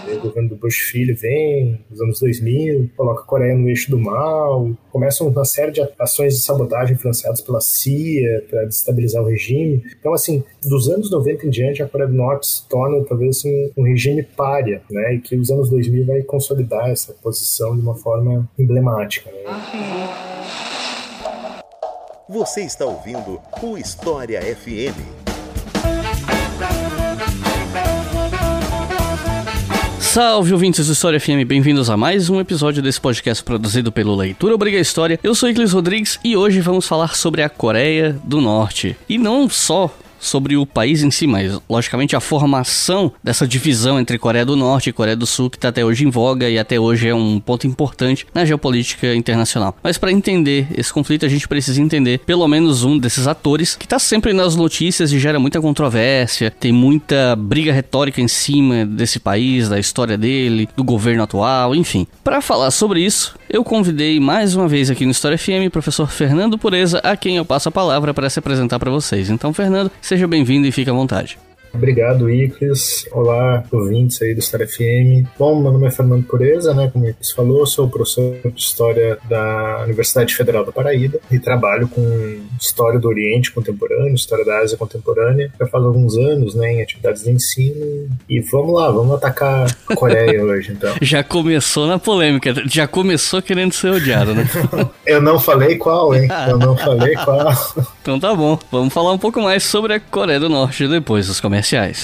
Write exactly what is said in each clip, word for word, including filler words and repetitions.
Aí o governo do Bush filho vem, nos anos dois mil, coloca a Coreia no eixo do mal, começam uma série de ações de sabotagem financiadas pela C I A para destabilizar o regime. Então, assim, dos anos noventa em diante, a Coreia do Norte se torna, talvez, assim, um regime pária, né? E que os anos dois mil vai consolidar essa posição de uma forma emblemática, né? Você está ouvindo o História F M. Salve, ouvintes do História F M, bem-vindos a mais um episódio desse podcast produzido pelo Leitura Obriga História. Eu sou Iclis Rodrigues e hoje vamos falar sobre a Coreia do Norte. E não só sobre o país em si, mas logicamente a formação dessa divisão entre Coreia do Norte e Coreia do Sul, que está até hoje em voga e até hoje é um ponto importante na geopolítica internacional. Mas para entender esse conflito, a gente precisa entender pelo menos um desses atores que está sempre nas notícias e gera muita controvérsia, tem muita briga retórica em cima desse país, da história dele, do governo atual, enfim. Para falar sobre isso, eu convidei mais uma vez aqui no História F M o professor Fernando Pureza, a quem eu passo a palavra para se apresentar para vocês. Então, Fernando, seja bem-vindo e fique à vontade. Obrigado, Iclis. Olá, ouvintes aí do História F M. Bom, meu nome é Fernando Pureza, né? Como o Iclis falou, sou professor de História da Universidade Federal da Paraíba e trabalho com História do Oriente Contemporâneo, História da Ásia Contemporânea, já faz alguns anos, né, em atividades de ensino. E vamos lá, vamos atacar a Coreia hoje, então. Já começou na polêmica, já começou querendo ser odiado, né? Eu não falei qual, hein? Eu não falei qual. Então tá bom, vamos falar um pouco mais sobre a Coreia do Norte depois dos comerciais.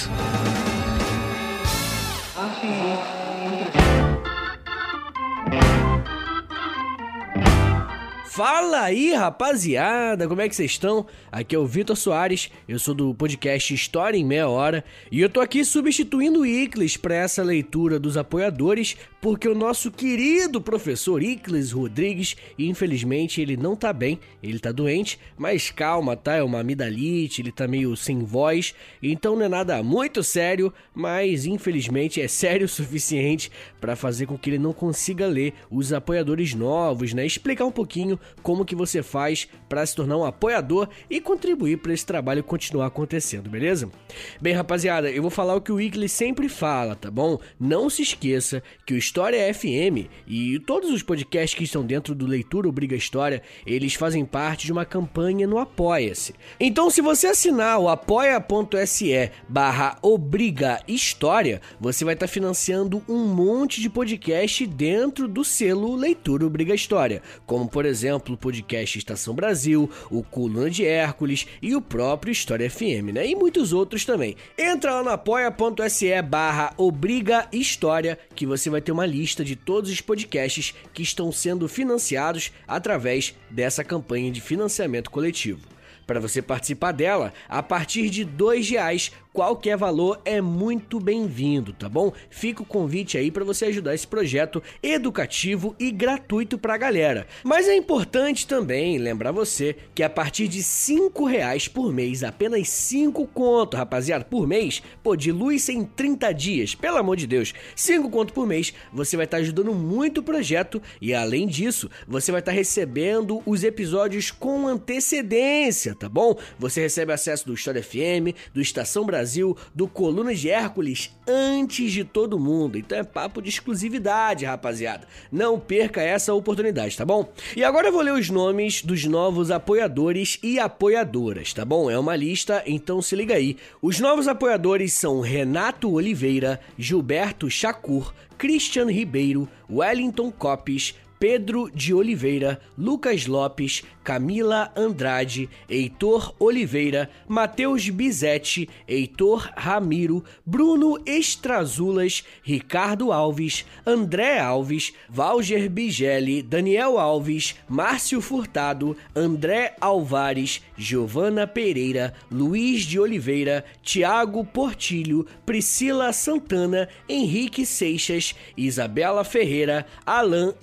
Fala aí, rapaziada, como é que vocês estão? Aqui é o Vitor Soares, eu sou do podcast História em Meia Hora e eu tô aqui substituindo o Iclis para essa leitura dos apoiadores, porque o nosso querido professor Iclis Rodrigues, infelizmente ele não tá bem, ele tá doente, mas calma, tá? É uma amidalite, ele tá meio sem voz, então não é nada muito sério, mas infelizmente é sério o suficiente para fazer com que ele não consiga ler os apoiadores novos, né? Explicar um pouquinho como que você faz para se tornar um apoiador e contribuir para esse trabalho continuar acontecendo, beleza? Bem, rapaziada, eu vou falar o que o Iclis sempre fala, tá bom? Não se esqueça que o História F M e todos os podcasts que estão dentro do Leitura Obriga História, eles fazem parte de uma campanha no Apoia-se. Então, se você assinar o apoia.se barra Obriga História, você vai estar financiando um monte de podcast dentro do selo Leitura Obriga História, como, por exemplo, o podcast Estação Brasil, o Coluna de Hércules e o próprio História F M, né? E muitos outros também. Entra lá no apoia.se barra Obriga História, que você vai ter uma lista de todos os podcasts que estão sendo financiados através dessa campanha de financiamento coletivo. Para você participar dela, a partir de dois reais, qualquer valor é muito bem-vindo, tá bom? Fica o convite aí para você ajudar esse projeto educativo e gratuito pra galera. Mas é importante também lembrar você que a partir de cinco reais por mês, apenas cinco conto, rapaziada, por mês, pô, dilui-se em trinta dias, pelo amor de Deus, cinco conto por mês, você vai estar ajudando muito o projeto e além disso, você vai estar recebendo os episódios com antecedência, tá bom? Você recebe acesso do História F M, do Estação Brasil, do Coluna de Hércules antes de todo mundo. Então é papo de exclusividade, rapaziada. Não perca essa oportunidade, tá bom? E agora eu vou ler os nomes dos novos apoiadores e apoiadoras, tá bom? É uma lista, então se liga aí. Os novos apoiadores são Renato Oliveira, Gilberto Chacur, Christian Ribeiro, Wellington Copes, Pedro de Oliveira, Lucas Lopes, Camila Andrade, Heitor Oliveira, Matheus Bizetti, Heitor Ramiro, Bruno Estrazulas, Ricardo Alves, André Alves, Valger Bigelli, Daniel Alves, Márcio Furtado, André Alvares, Giovana Pereira, Luiz de Oliveira, Tiago Portilho, Priscila Santana, Henrique Seixas, Isabela Ferreira, Alain Lameira,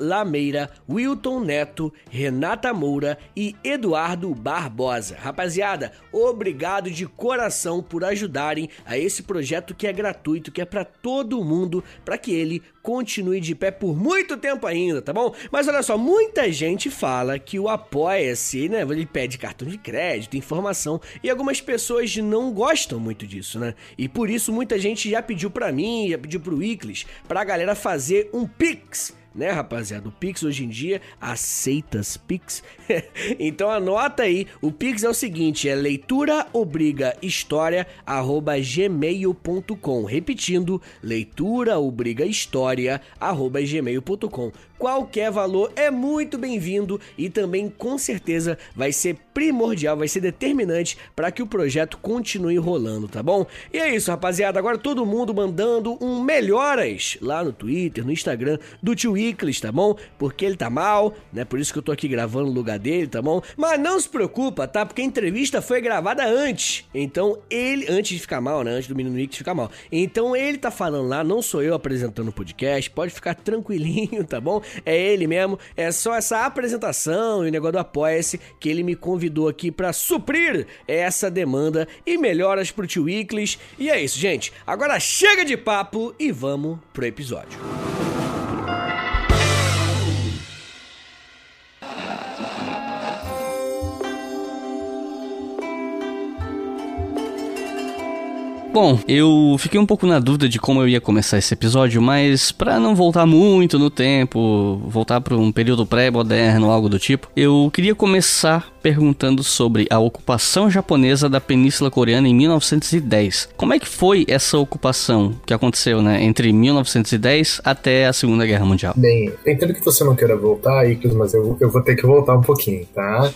Pereira, Wilton Neto, Renata Moura e Eduardo Barbosa. Rapaziada, obrigado de coração por ajudarem a esse projeto que é gratuito, que é pra todo mundo, pra que ele continue de pé por muito tempo ainda, tá bom? Mas olha só, muita gente fala que o Apoia-se, né, ele pede cartão de crédito, informação, e algumas pessoas não gostam muito disso, né? E por isso muita gente já pediu pra mim, já pediu pro Iclis, pra galera fazer um Pix, né, rapaziada? O Pix hoje em dia aceita as Pix. Então anota aí, o Pix é o seguinte, é leituraobrigahistoria arroba gmail ponto com. Repetindo, leituraobrigahistoria arroba gmail ponto com. Qualquer valor é muito bem-vindo e também com certeza vai ser primordial, vai ser determinante para que o projeto continue rolando, tá bom? E é isso, rapaziada, agora todo mundo mandando um melhoras lá no Twitter, no Instagram do tio Iclis, tá bom? Porque ele tá mal, né? Por isso que eu tô aqui gravando no lugar dele, tá bom? Mas não se preocupa, tá? Porque a entrevista foi gravada antes. Então ele, antes de ficar mal, né? Antes do menino Iclis ficar mal. Então ele tá falando lá, não sou eu apresentando o podcast, pode ficar tranquilinho, tá bom? É ele mesmo, é só essa apresentação e o negócio do Apoia-se que ele me convidou aqui pra suprir essa demanda e melhoras pro tio Iclis. E é isso, gente. Agora chega de papo e vamos pro episódio. Bom, eu fiquei um pouco na dúvida de como eu ia começar esse episódio, mas pra não voltar muito no tempo, voltar para um período pré-moderno, algo do tipo, eu queria começar perguntando sobre a ocupação japonesa da Península Coreana em mil novecentos e dez. Como é que foi essa ocupação que aconteceu, né, entre mil novecentos e dez até a Segunda Guerra Mundial? Bem, eu entendo que você não queira voltar, Iclis, mas eu, eu vou ter que voltar um pouquinho, tá?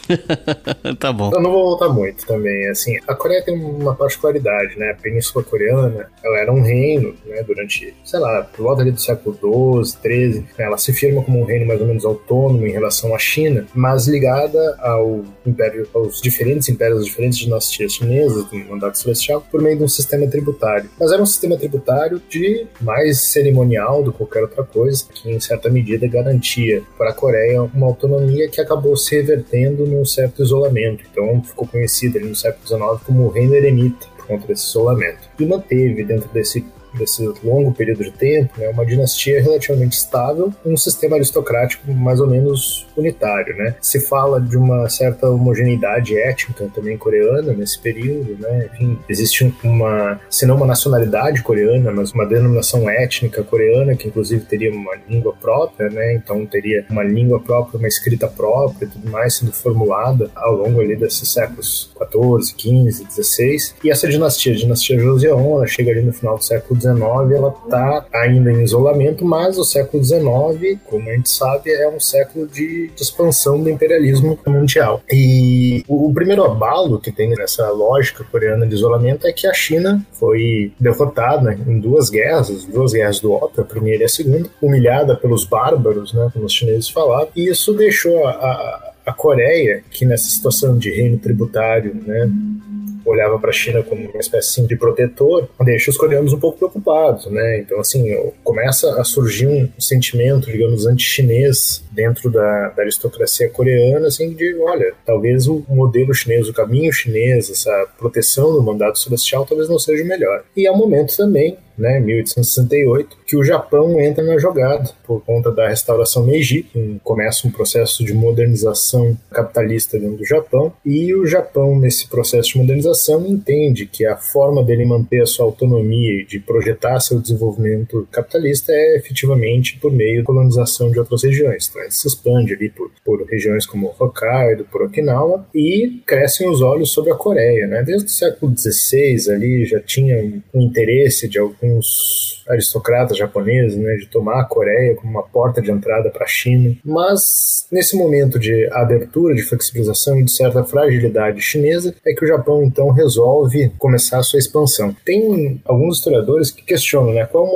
Tá bom. Eu não vou voltar muito também, assim, a Coreia tem uma particularidade, né, a Península Coreana, ela era um reino, né, durante, sei lá, por volta ali do século doze, treze, né, ela se firma como um reino mais ou menos autônomo em relação à China, mas ligada ao império, aos diferentes impérios, às diferentes dinastias chinesas do mandato celestial, por meio de um sistema tributário. Mas era um sistema tributário de mais cerimonial do que qualquer outra coisa, que em certa medida garantia para a Coreia uma autonomia que acabou se revertendo num certo isolamento. Então ficou conhecida ali no século dezenove como o Reino Eremita, contra esse isolamento. E manteve dentro desse, desse longo período de tempo, né, uma dinastia relativamente estável, um sistema aristocrático mais ou menos unitário, né? Se fala de uma certa homogeneidade étnica também coreana nesse período, né? Enfim, existe uma, se não uma nacionalidade coreana, mas uma denominação étnica coreana que inclusive teria uma língua própria, né? Então teria uma língua própria, uma escrita própria e tudo mais sendo formulada ao longo ali desses séculos quatorze, quinze, dezesseis. E essa dinastia, a dinastia Joseon, ela chega ali no final do século dezenove, ela está ainda em isolamento, mas o século dezenove, como a gente sabe, é um século de de expansão do imperialismo mundial. E o, o primeiro abalo que tem nessa lógica coreana de isolamento é que a China foi derrotada em duas guerras, as duas guerras do ópio, a primeira e a segunda, humilhada pelos bárbaros, né, como os chineses falavam, e isso deixou a, a, a Coreia, que nessa situação de reino tributário, né, olhava para a China como uma espécie assim, de protetor, deixa os coreanos um pouco preocupados, né? Então, assim, começa a surgir um sentimento, digamos, anti-chinês dentro da, da aristocracia coreana, assim, de, olha, talvez o modelo chinês, o caminho chinês, essa proteção do mandato celestial talvez não seja o melhor. E é um momento também, né, mil oitocentos e sessenta e oito, que o Japão entra na jogada por conta da restauração Meiji, que começa um processo de modernização capitalista dentro do Japão, e o Japão, nesse processo de modernização, entende que a forma dele manter a sua autonomia e de projetar seu desenvolvimento capitalista é efetivamente por meio da colonização de outras regiões. Então ele se expande ali por, por regiões como Hokkaido, por Okinawa, e crescem os olhos sobre a Coreia, né? Desde o século dezesseis ali já tinha um interesse de alguns uns aristocratas japoneses, né, de tomar a Coreia como uma porta de entrada para a China, mas nesse momento de abertura, de flexibilização e de certa fragilidade chinesa, é que o Japão então resolve começar a sua expansão. Tem alguns historiadores que questionam, né, qual é o momento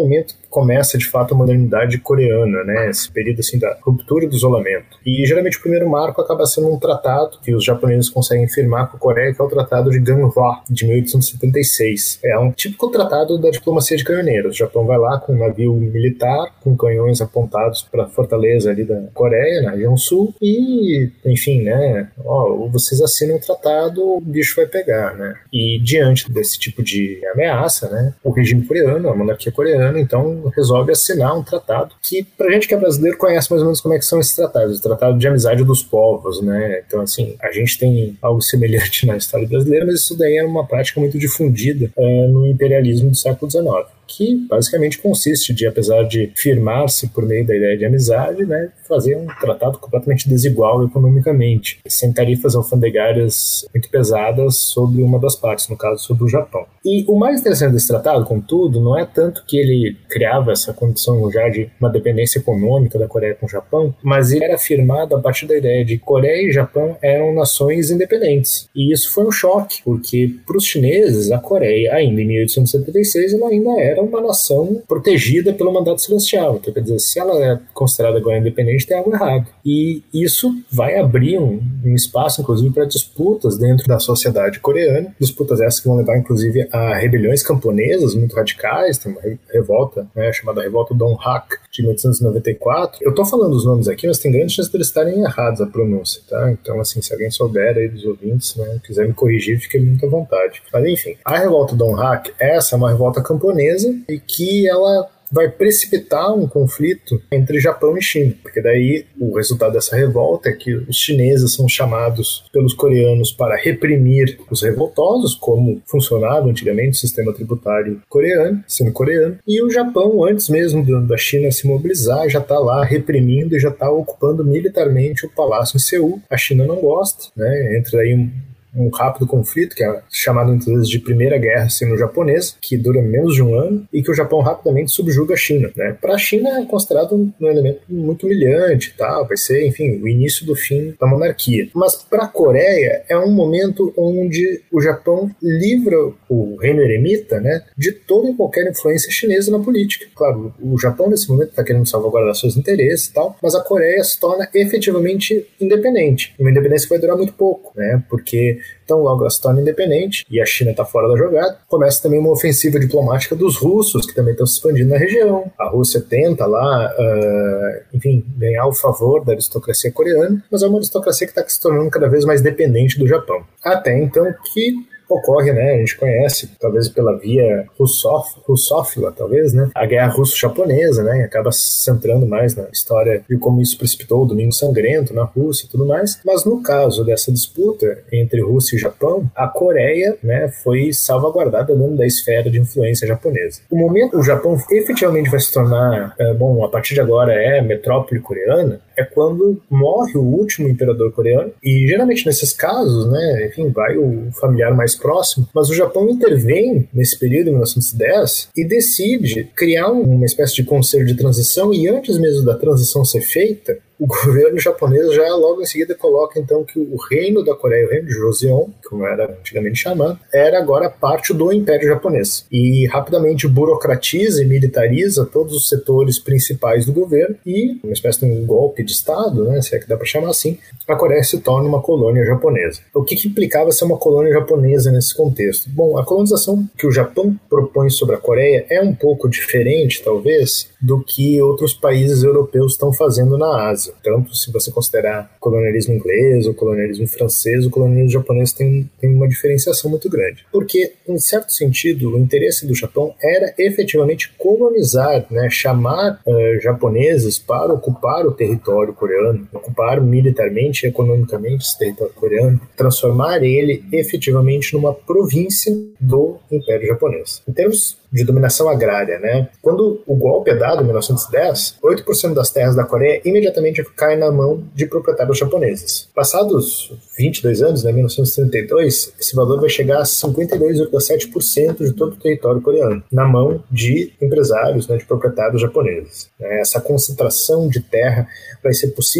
começa de fato a modernidade coreana, né? Esse período assim da ruptura do isolamento. E geralmente o primeiro marco acaba sendo um tratado que os japoneses conseguem firmar com a Coreia, que é o Tratado de Ganhwa, de mil oitocentos e setenta e seis. É um típico tratado da diplomacia de canhoneiros. O Japão vai lá com um navio militar, com canhões apontados para a fortaleza ali da Coreia, na região sul, e, enfim, né, ó, vocês assinam o tratado, o bicho vai pegar, né? E diante desse tipo de ameaça, né, o regime coreano, a monarquia coreana, então resolve assinar um tratado que, pra gente que é brasileiro, conhece mais ou menos como é que são esses tratados, o Tratado de Amizade dos Povos, né? Então, assim, a gente tem algo semelhante na história brasileira, mas isso daí é uma prática muito difundida é, no imperialismo do século dezenove, que basicamente consiste de, apesar de firmar-se por meio da ideia de amizade, né, fazer um tratado completamente desigual economicamente, sem tarifas alfandegárias muito pesadas sobre uma das partes, no caso sobre o Japão. E o mais interessante desse tratado, contudo, não é tanto que ele criava essa condição já de uma dependência econômica da Coreia com o Japão, mas ele era firmado a partir da ideia de que Coreia e Japão eram nações independentes. E isso foi um choque, porque para os chineses, a Coreia, ainda em mil oitocentos e setenta e seis, ela ainda era uma nação protegida pelo mandato celestial. Então, quer dizer, se ela é considerada agora independente, tem algo errado. E isso vai abrir um, um espaço, inclusive, para disputas dentro da sociedade coreana, disputas essas que vão levar, inclusive, a rebeliões camponesas muito radicais. Tem uma revolta, né, chamada Revolta Donghak, de mil oitocentos e noventa e quatro. Eu tô falando os nomes aqui, mas tem grande chance de eles estarem errados a pronúncia, tá? Então, assim, se alguém souber aí dos ouvintes, né, quiser me corrigir, fique muito à vontade. Mas, enfim, a Revolta Donghak, essa é uma revolta camponesa e que ela vai precipitar um conflito entre Japão e China, porque daí o resultado dessa revolta é que os chineses são chamados pelos coreanos para reprimir os revoltosos, como funcionava antigamente o sistema tributário coreano, sendo coreano, e o Japão, antes mesmo da China se mobilizar, já está lá reprimindo e já está ocupando militarmente o palácio em Seul. A China não gosta, né? Entra aí um um rápido conflito, que é chamado muitas vezes de Primeira Guerra Sino-Japonesa, que dura menos de um ano, e que o Japão rapidamente subjuga a China, né? Para a China é considerado um, um elemento muito humilhante, tá? Vai ser, enfim, o início do fim da monarquia. Mas para a Coreia é um momento onde o Japão livra o reino eremita, né, de toda e qualquer influência chinesa na política. Claro, o Japão nesse momento está querendo salvaguardar seus interesses e tal, mas a Coreia se torna efetivamente independente. Uma independência que vai durar muito pouco, né? Porque então logo ela se torna independente e a China está fora da jogada. Começa também uma ofensiva diplomática dos russos, que também estão se expandindo na região. A Rússia tenta lá, uh, enfim, ganhar o favor da aristocracia coreana, mas é uma aristocracia que está se tornando cada vez mais dependente do Japão. Até então que ocorre, né, a gente conhece, talvez pela via russof, russófila, talvez, né, a guerra russo-japonesa, né, acaba se centrando mais na história de como isso precipitou o Domingo Sangrento na Rússia e tudo mais, mas no caso dessa disputa entre Rússia e Japão, a Coreia, né, foi salvaguardada dentro da esfera de influência japonesa. O momento o Japão efetivamente vai se tornar, é, bom, a partir de agora é metrópole coreana, é quando morre o último imperador coreano, e geralmente nesses casos, né, enfim, vai o familiar mais próximo, mas o Japão intervém nesse período, em mil novecentos e dez, e decide criar uma espécie de conselho de transição, e antes mesmo da transição ser feita, o governo japonês já logo em seguida coloca então que o reino da Coreia, o reino de Joseon, como era antigamente chamado, era agora parte do Império Japonês. E rapidamente burocratiza e militariza todos os setores principais do governo e, uma espécie de um golpe de Estado, né, se é que dá para chamar assim, a Coreia se torna uma colônia japonesa. O que, que implicava ser uma colônia japonesa nesse contexto? Bom, a colonização que o Japão propõe sobre a Coreia é um pouco diferente, talvez, do que outros países europeus estão fazendo na Ásia. Tanto se você considerar o colonialismo inglês, o colonialismo francês, o colonialismo japonês tem, tem uma diferenciação muito grande. Porque, em certo sentido, o interesse do Japão era efetivamente colonizar, né, chamar uh, japoneses para ocupar o território coreano, ocupar militarmente e economicamente esse território coreano, transformar ele efetivamente numa província do Império Japonês. Em termos de dominação agrária, né? Quando o golpe é dado em mil novecentos e dez, oito por cento das terras da Coreia imediatamente caem na mão de proprietários japoneses. Passados vinte e dois anos, né, mil novecentos e trinta e dois, esse valor vai chegar a cinquenta e dois vírgula sete por cento de todo o território coreano, na mão de empresários, né, de proprietários japoneses. Essa concentração de terra vai ser possível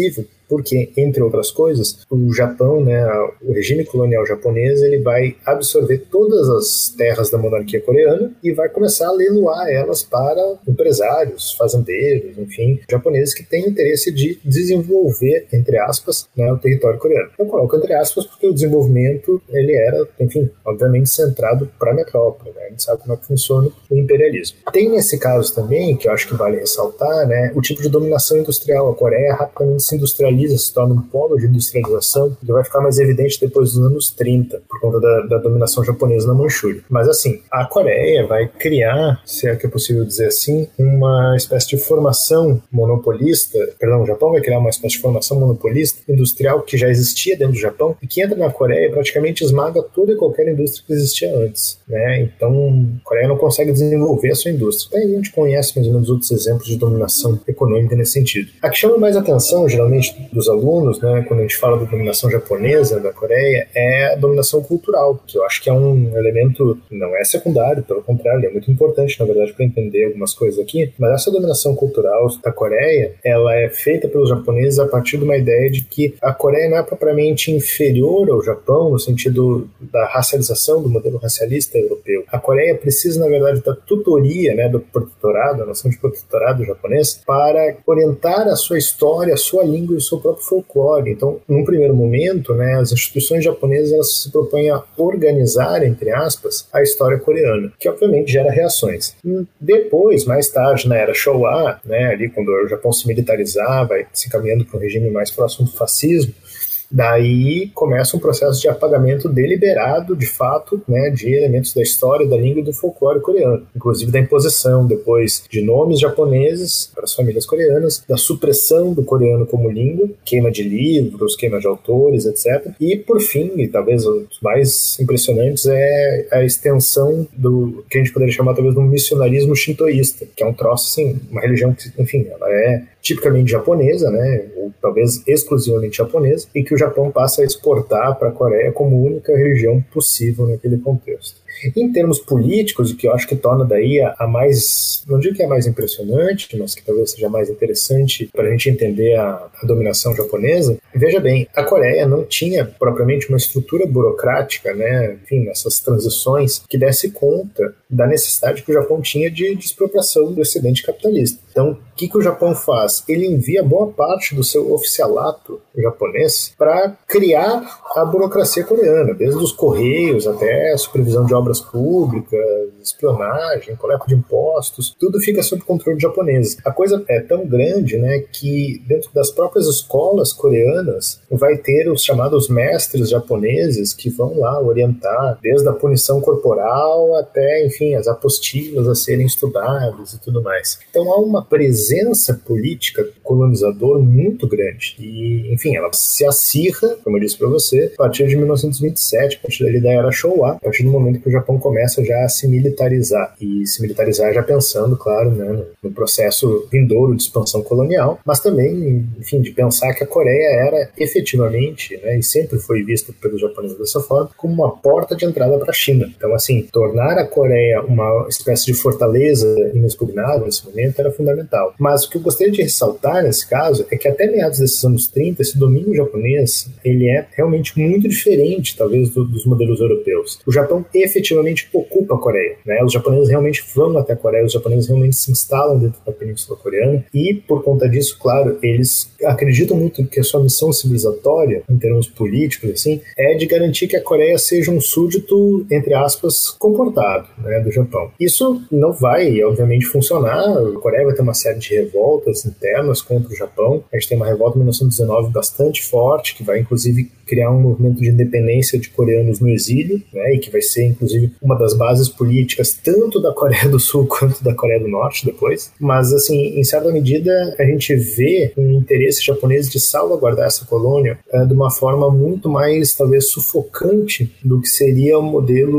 porque, entre outras coisas, o Japão, né, o regime colonial japonês, ele vai absorver todas as terras da monarquia coreana e vai começar a leiloar elas para empresários, fazendeiros, enfim, japoneses que têm interesse de desenvolver, entre aspas, né, o território coreano. Eu coloco entre aspas porque o desenvolvimento, ele era, enfim, obviamente centrado para a metrópole, né? A gente sabe como é que funciona o imperialismo. Tem nesse caso também, que eu acho que vale ressaltar, né, o tipo de dominação industrial. A Coreia rapidamente se industrializa, se torna um polo de industrialização, que vai ficar mais evidente depois dos anos trinta, por conta da, da dominação japonesa na Manchúria. Mas assim, a Coreia vai criar, se é que é possível dizer assim, uma espécie de formação monopolista, perdão, o Japão vai criar uma espécie de formação monopolista industrial que já existia dentro do Japão e que entra na Coreia e praticamente esmaga toda e qualquer indústria que existia antes, né? Então, a Coreia não consegue desenvolver a sua indústria. Aí a gente conhece mais ou menos outros exemplos de dominação econômica nesse sentido. A que chama mais atenção, geralmente, dos alunos, né, quando a gente fala da dominação japonesa da Coreia, é a dominação cultural, que eu acho que é um elemento, não é secundário, pelo contrário, é muito importante, na verdade, para entender algumas coisas aqui, mas essa dominação cultural da Coreia, ela é feita pelos japoneses a partir de uma ideia de que a Coreia não é propriamente inferior ao Japão, no sentido da racialização, do modelo racialista europeu. A Coreia precisa, na verdade, da tutoria, né, do protetorado, a noção de protetorado japonês, para orientar a sua história, a sua língua e o seu próprio folclore. Então, num primeiro momento, né, as instituições japonesas elas se propõem a organizar, entre aspas, a história coreana, que obviamente gera reações. Depois, mais tarde, na era Showa, né, ali quando o Japão se militarizava e se caminhando para um regime mais próximo do fascismo, daí começa um processo de apagamento deliberado, de fato, né, de elementos da história, da língua e do folclore coreano, inclusive da imposição depois de nomes japoneses para as famílias coreanas, da supressão do coreano como língua, queima de livros, queima de autores, etcétera. E, por fim, e talvez os mais impressionantes, é a extensão do que a gente poderia chamar talvez de um missionarismo shintoísta, que é um troço, assim, uma religião que, enfim, ela é tipicamente japonesa, né, ou talvez exclusivamente japonesa, e que o Japão passa a exportar para a Coreia como única religião possível naquele contexto. Em termos políticos, o que eu acho que torna daí a, a mais, não digo que é a mais impressionante, mas que talvez seja mais interessante para a gente entender a, a dominação japonesa, veja bem, a Coreia não tinha propriamente uma estrutura burocrática, né, enfim, nessas transições, que desse conta da necessidade que o Japão tinha de, de expropriação do excedente capitalista. Então, o que, que o Japão faz? Ele envia boa parte do seu oficialato japonês para criar a burocracia coreana, desde os correios até a supervisão de obras públicas, espionagem, coleta de impostos, tudo fica sob controle japonês. A coisa é tão grande, né, que dentro das próprias escolas coreanas vai ter os chamados mestres japoneses que vão lá orientar desde a punição corporal até, enfim, as apostilas a serem estudadas e tudo mais. Então há uma presença política colonizadora muito grande e, enfim, ela se acirra, como eu disse para você, a partir de mil novecentos e vinte e sete, a partir dali da era Showa, a partir do momento que o Japão começa já a se militarizar e se militarizar já pensando, claro, né, no, no processo vindouro de expansão colonial, mas também, enfim, de pensar que a Coreia era efetivamente, né, e sempre foi vista pelos japoneses dessa forma, como uma porta de entrada para a China. Então, assim, tornar a Coreia uma espécie de fortaleza inexpugnável nesse momento era fundamental. Mas o que eu gostaria de ressaltar nesse caso é que até meados desses anos trinta, esse domínio japonês, ele é realmente muito diferente, talvez, do, dos modelos europeus. O Japão efetivamente ocupa a Coreia, né? Os japoneses realmente vão até a Coreia, os japoneses realmente se instalam dentro da Península Coreana e, por conta disso, claro, eles acreditam muito que a sua missão civilizatória, em termos políticos, assim, é de garantir que a Coreia seja um súdito, entre aspas, comportado, né, do Japão. Isso não vai, obviamente, funcionar. A Coreia vai ter uma série de revoltas internas contra o Japão. A gente tem uma revolta em mil novecentos e dezenove bastante forte, que vai, inclusive, criar um movimento de independência de coreanos no exílio, né, e que vai ser, inclusive, uma das bases políticas tanto da Coreia do Sul quanto da Coreia do Norte depois. Mas, assim, em certa medida, a gente vê um interesse japonês de salvaguardar essa colônia é, de uma forma muito mais, talvez, sufocante do que seria o modelo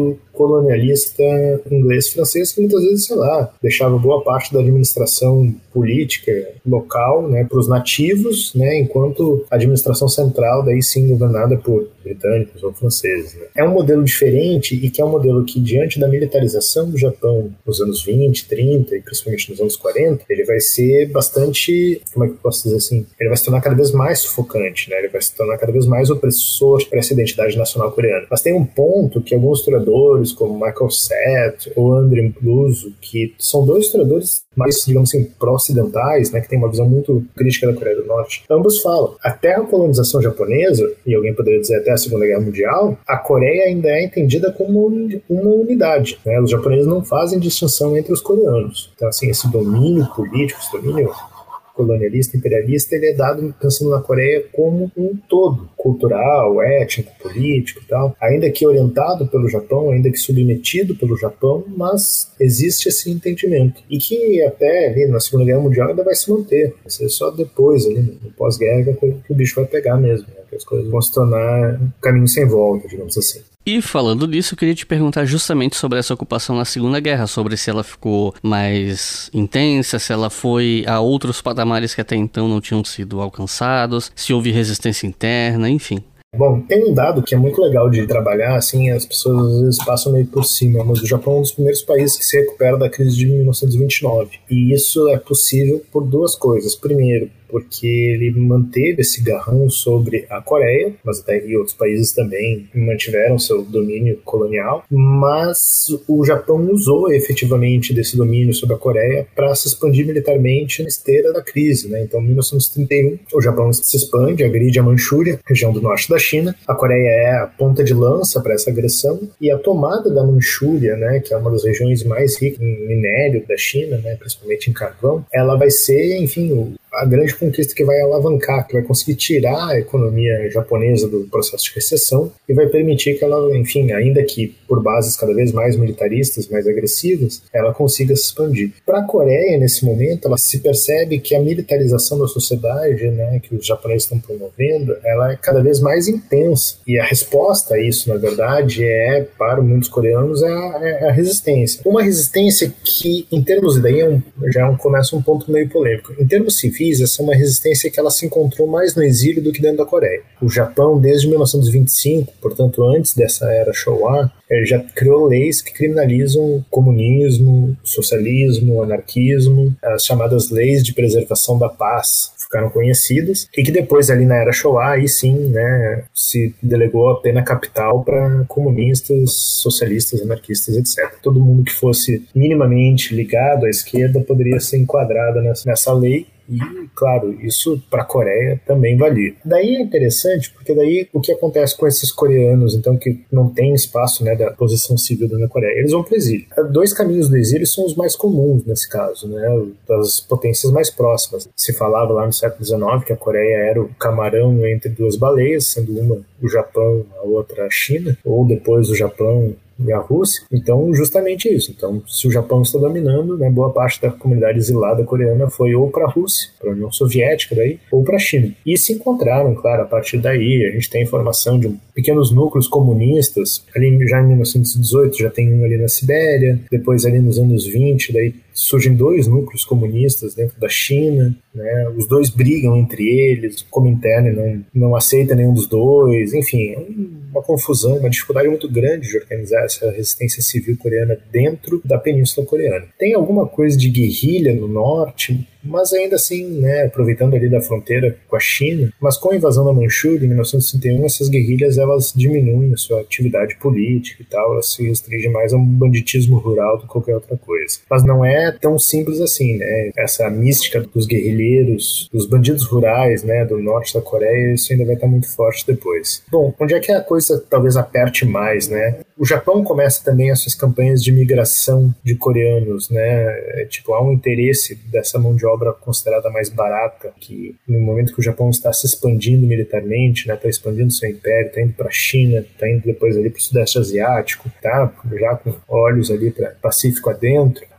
colonialista inglês-francês que muitas vezes, sei lá, deixava boa parte da administração política local, né, para os nativos, né, enquanto a administração central daí sim governada por britânicos ou franceses. Né. É um modelo diferente e que é um modelo que, diante da militarização do Japão nos anos vinte, trinta e principalmente nos anos quarenta, ele vai ser bastante, como é que eu posso dizer assim, ele vai se tornar cada vez mais sufocante, né, ele vai se tornar cada vez mais opressor para essa identidade nacional coreana. Mas tem um ponto que alguns historiadores, como Michael Seth ou André Bluso, que são dois historiadores mais, digamos assim, pró-ocidentais, né, que tem uma visão muito crítica da Coreia do Norte, ambos falam, até a colonização japonesa, e alguém poderia dizer até a Segunda Guerra Mundial, a Coreia ainda é entendida como uma unidade, né? Os japoneses não fazem distinção entre os coreanos. Então, assim, esse domínio político, esse domínio colonialista, imperialista, ele é dado pensando na Coreia como um todo, cultural, étnico, político e tal, ainda que orientado pelo Japão, ainda que submetido pelo Japão, mas existe esse entendimento. E que até ali na Segunda Guerra Mundial ainda vai se manter. Vai ser só depois, ali no pós-guerra, que o bicho vai pegar mesmo, né? Que as coisas vão se tornar um caminho sem volta, digamos assim. E falando disso, eu queria te perguntar justamente sobre essa ocupação na Segunda Guerra, sobre se ela ficou mais intensa, se ela foi a outros patamares que até então não tinham sido alcançados, se houve resistência interna, enfim. Bom, tem um dado que é muito legal de trabalhar, assim, as pessoas às vezes passam meio por cima, mas o Japão é um dos primeiros países que se recupera da crise de mil novecentos e vinte e nove. E isso é possível por duas coisas. Primeiro, porque ele manteve esse garrão sobre a Coreia, mas até e outros países também mantiveram seu domínio colonial, mas o Japão usou efetivamente desse domínio sobre a Coreia para se expandir militarmente na esteira da crise, né? Então, em mil novecentos e trinta e um, o Japão se expande, agride a Manchúria, região do norte da China. A Coreia é a ponta de lança para essa agressão, e a tomada da Manchúria, né, que é uma das regiões mais ricas em minério da China, né, principalmente em carvão, ela vai ser, enfim, o a grande conquista que vai alavancar, que vai conseguir tirar a economia japonesa do processo de recessão e vai permitir que ela, enfim, ainda que por bases cada vez mais militaristas, mais agressivas, ela consiga se expandir. Para a Coreia, nesse momento, ela se percebe que a militarização da sociedade, né, que os japoneses estão promovendo, ela é cada vez mais intensa. E a resposta a isso, na verdade, é, para muitos coreanos, é a, é a resistência. Uma resistência que, em termos, daí é um, já é um, começa um ponto meio polêmico. Em termos civis, essa é uma resistência que ela se encontrou mais no exílio do que dentro da Coreia. O Japão, desde mil novecentos e vinte e cinco, portanto antes dessa era Showa, ele já criou leis que criminalizam comunismo, socialismo, anarquismo, as chamadas leis de preservação da paz ficaram conhecidas, e que depois ali na era Showa, aí sim, né, se delegou a pena capital para comunistas, socialistas, anarquistas, etcétera. Todo mundo que fosse minimamente ligado à esquerda poderia ser enquadrado nessa, nessa lei. E, claro, isso para a Coreia também valia. Daí é interessante, porque daí o que acontece com esses coreanos, então, que não tem espaço, né, da posição civil da Coreia? Eles vão para o exílio. Dois caminhos do exílio são os mais comuns nesse caso, né, das potências mais próximas. Se falava lá no século dezenove que a Coreia era o camarão entre duas baleias, sendo uma o Japão, a outra a China, ou depois o Japão e a Rússia. Então, justamente isso. Então, se o Japão está dominando, né, boa parte da comunidade exilada coreana foi ou para a Rússia, para a União Soviética daí, ou para a China. E se encontraram, claro, a partir daí. A gente tem informação de pequenos núcleos comunistas. Ali já em mil novecentos e dezoito já tem um ali na Sibéria. Depois ali nos anos vinte, daí surgem dois núcleos comunistas dentro da China, né? Os dois brigam entre eles, o Comintern não, não aceita nenhum dos dois, enfim, é uma confusão, uma dificuldade muito grande de organizar essa resistência civil coreana dentro da Península Coreana. Tem alguma coisa de guerrilha no norte, mas ainda assim, né, aproveitando ali da fronteira com a China, mas com a invasão da Manchúria em mil novecentos e trinta e um, essas guerrilhas elas diminuem a sua atividade política e tal, elas se restringem mais a um banditismo rural do que qualquer outra coisa. Mas não é tão simples assim, né? Essa mística dos guerrilheiros, dos bandidos rurais, né, do norte da Coreia, isso ainda vai estar muito forte depois. Bom, onde é que a coisa talvez aperte mais, né? O Japão começa também as suas campanhas de migração de coreanos, né? É, tipo, há um interesse dessa mão de obra considerada mais barata, que no momento que o Japão está se expandindo militarmente, né, está expandindo seu império, está indo para a China, está indo depois ali para o Sudeste Asiático, tá? Já com olhos ali para Pacífico adentro,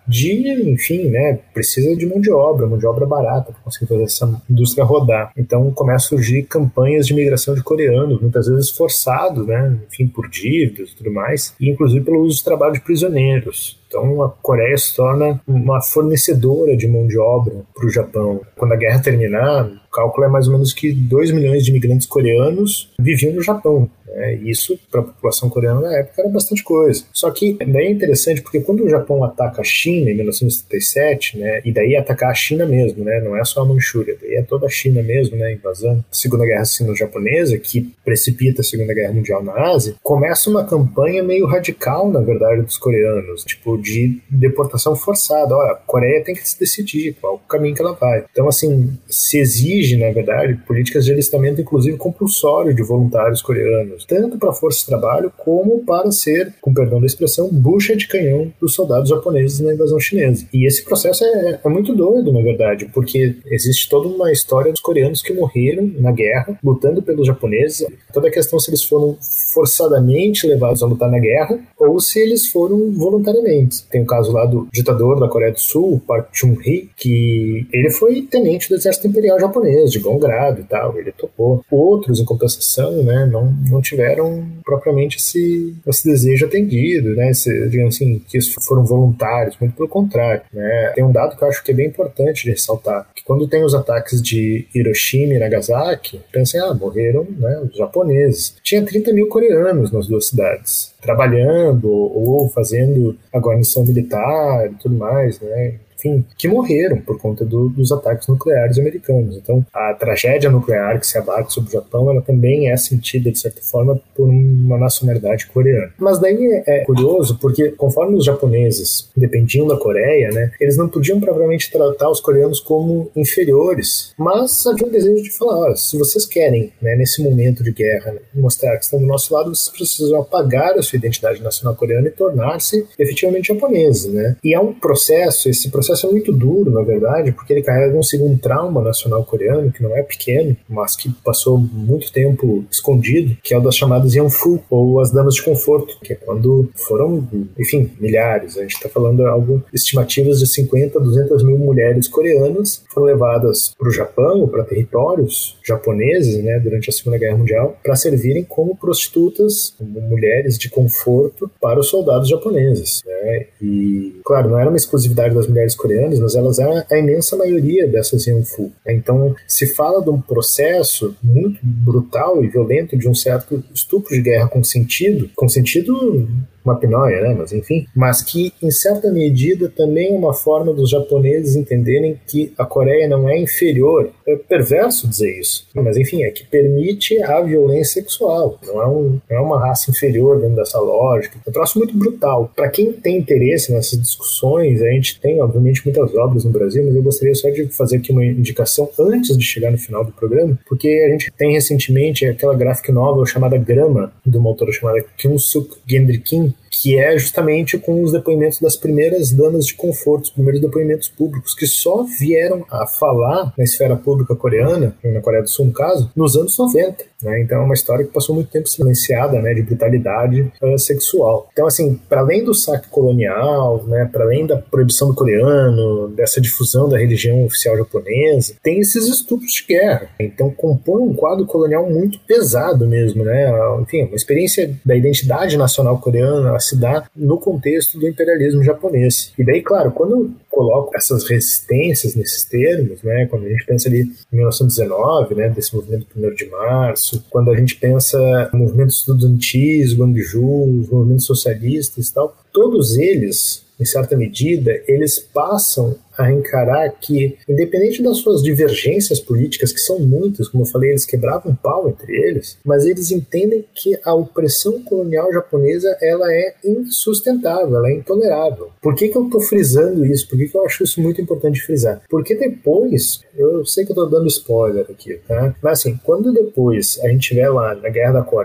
de, enfim, né, precisa de mão de obra, mão de obra barata para conseguir fazer essa indústria rodar. Então começam a surgir campanhas de migração de coreanos, muitas vezes forçados, né, enfim, por dívidas e tudo mais, e inclusive pelo uso de trabalho de prisioneiros. Então a Coreia se torna uma fornecedora de mão de obra para o Japão. Quando a guerra terminar, o cálculo é mais ou menos que dois milhões de imigrantes coreanos viviam no Japão. Né? E isso, para a população coreana na época, era bastante coisa. Só que daí é interessante, porque quando o Japão ataca a China em mil novecentos e setenta e sete, né, e daí atacar a China mesmo, né, não é só a Manchúria, daí é toda a China mesmo, né, invasão. A Segunda Guerra Sino-Japonesa, que precipita a Segunda Guerra Mundial na Ásia, começa uma campanha meio radical, na verdade, dos coreanos, tipo, de deportação forçada. Olha, a Coreia tem que se decidir qual o caminho que ela vai. Então, assim, se exige, na verdade, políticas de alistamento, inclusive compulsório de voluntários coreanos, tanto para a força de trabalho como para ser, com perdão da expressão, bucha de canhão dos soldados japoneses na invasão chinesa. E esse processo é, é muito doido, na verdade, porque existe toda uma história dos coreanos que morreram na guerra, lutando pelos japoneses. Toda a questão se eles foram forçadamente levados a lutar na guerra ou se eles foram voluntariamente. Tem o caso lá do ditador da Coreia do Sul, Park Chung-hee, que ele foi tenente do exército imperial japonês, de bom grado e tal, ele topou. Outros, em compensação, né, não, não tiveram propriamente esse, esse desejo atendido, né, esse, digamos assim, que foram voluntários, muito pelo contrário, né. Tem um dado que eu acho que é bem importante de ressaltar, que quando tem os ataques de Hiroshima e Nagasaki, pensem, ah, morreram, né, os japoneses. Tinha trinta mil coreanos nas duas cidades, trabalhando ou fazendo a guarnição militar e tudo mais, né? Enfim, que morreram por conta do, dos ataques nucleares americanos. Então, a tragédia nuclear que se abate sobre o Japão, ela também é sentida, de certa forma, por uma nacionalidade coreana. Mas daí é, é curioso, porque conforme os japoneses dependiam da Coreia, né, eles não podiam propriamente tratar os coreanos como inferiores, mas havia um desejo de falar, olha, se vocês querem, né, nesse momento de guerra, né, mostrar que estão do nosso lado, vocês precisam apagar a sua identidade nacional coreana e tornar-se efetivamente japoneses, né? E é um processo, esse processo é muito duro, na verdade, porque ele carrega consigo um trauma nacional coreano, que não é pequeno, mas que passou muito tempo escondido, que é o das chamadas Yanfu, ou as damas de conforto, que é quando foram, enfim, milhares, a gente está falando de algo, estimativas de cinquenta a duzentas mil mulheres coreanas foram levadas para o Japão, para territórios japoneses, né, durante a Segunda Guerra Mundial, para servirem como prostitutas, como mulheres de conforto para os soldados japoneses, né? E, claro, não era uma exclusividade das mulheres coreanas, mas elas eram a imensa maioria dessas Yanfu. Então, se fala de um processo muito brutal e violento de um certo estupro de guerra consentido, consentido uma pinóia, né? Mas enfim, mas que em certa medida também é uma forma dos japoneses entenderem que a Coreia não é inferior. É perverso dizer isso, mas enfim, é que permite a violência sexual. Não é, um, não é uma raça inferior dentro dessa lógica. É um troço muito brutal. Para quem tem interesse nessas discussões, a gente tem, obviamente, muitas obras no Brasil, mas eu gostaria só de fazer aqui uma indicação antes de chegar no final do programa, porque a gente tem recentemente aquela graphic novel chamada Grama, de uma autora chamada Kyung-suk Gendry-Kim, que é justamente com os depoimentos das primeiras damas de conforto, os primeiros depoimentos públicos, que só vieram a falar na esfera pública coreana, na Coreia do Sul, no caso, nos anos noventa. Né? Então é uma história que passou muito tempo silenciada, né, de brutalidade uh, sexual. Então, assim, para além do saque colonial, né, para além da proibição do coreano, dessa difusão da religião oficial japonesa, tem esses estupros de guerra. Então compõe um quadro colonial muito pesado mesmo, né? Enfim, uma experiência da identidade nacional coreana se dá no contexto do imperialismo japonês. E daí, claro, quando coloco essas resistências nesses termos, né, quando a gente pensa ali em mil novecentos e dezenove, né, desse movimento primeiro de março, quando a gente pensa no movimento estudantis, Gwangju, os movimentos socialistas e tal, todos eles, em certa medida, eles passam a encarar que, independente das suas divergências políticas, que são muitas, como eu falei, eles quebravam pau entre eles, mas eles entendem que a opressão colonial japonesa, ela é insustentável, ela é intolerável. Por que que eu estou frisando isso? Por que que eu acho isso muito importante frisar? Porque depois, eu sei que eu estou dando spoiler aqui, tá? Mas assim, quando depois a gente tiver lá na Guerra da Coreia,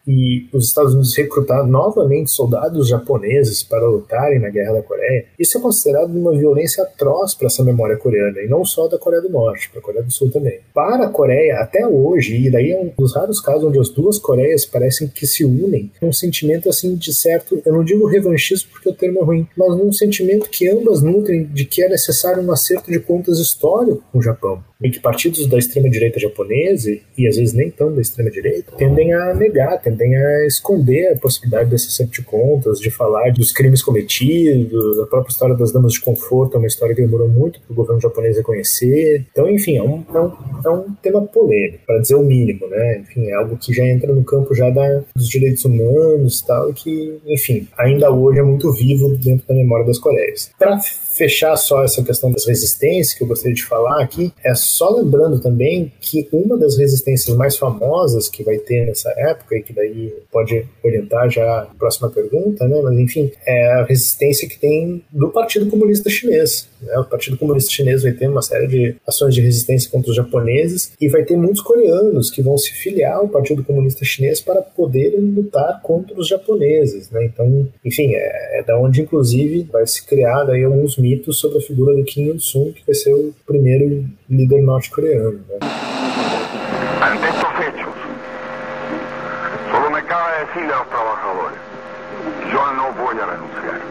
e os Estados Unidos recrutar novamente soldados japoneses para lutarem na Guerra da Coreia, isso é considerado uma violência atroz para essa memória coreana, e não só da Coreia do Norte, para a Coreia do Sul também. Para a Coreia, até hoje, e daí é um dos raros casos onde as duas Coreias parecem que se unem, um sentimento assim de certo, eu não digo revanchismo porque o termo é ruim, mas um sentimento que ambas nutrem de que é necessário um acerto de contas histórico com o Japão, e que partidos da extrema-direita japonesa, e às vezes nem tão da extrema-direita, tendem a negar, tendem a esconder a possibilidade desse acerto de contas, de falar dos crimes cometidos, a própria história das damas de conforto é uma história que demorou muito para o governo japonês reconhecer. Então, enfim, é um, é um, é um tema polêmico, para dizer o mínimo, né? Enfim, é algo que já entra no campo já da, dos direitos humanos e tal, e que, enfim, ainda hoje é muito vivo dentro da memória das Coreias. Para fechar só essa questão das resistências que eu gostaria de falar aqui, é só lembrando também que uma das resistências mais famosas que vai ter nessa época, e que daí pode orientar já a próxima pergunta, né? Mas enfim, é a resistência que tem do Partido Comunista Chinês, né? O Partido Comunista Chinês vai ter uma série de ações de resistência contra os japoneses, e vai ter muitos coreanos que vão se filiar ao Partido Comunista Chinês para poderem lutar contra os japoneses, né? Então, enfim, é, é da onde inclusive vai se criar daí alguns mitos sobre a figura do Kim Il-sung, que vai ser o primeiro líder norte-coreano, né? Ante estos hechos, solo me cabe decirle a los trabajadores, yo no voy a renunciar.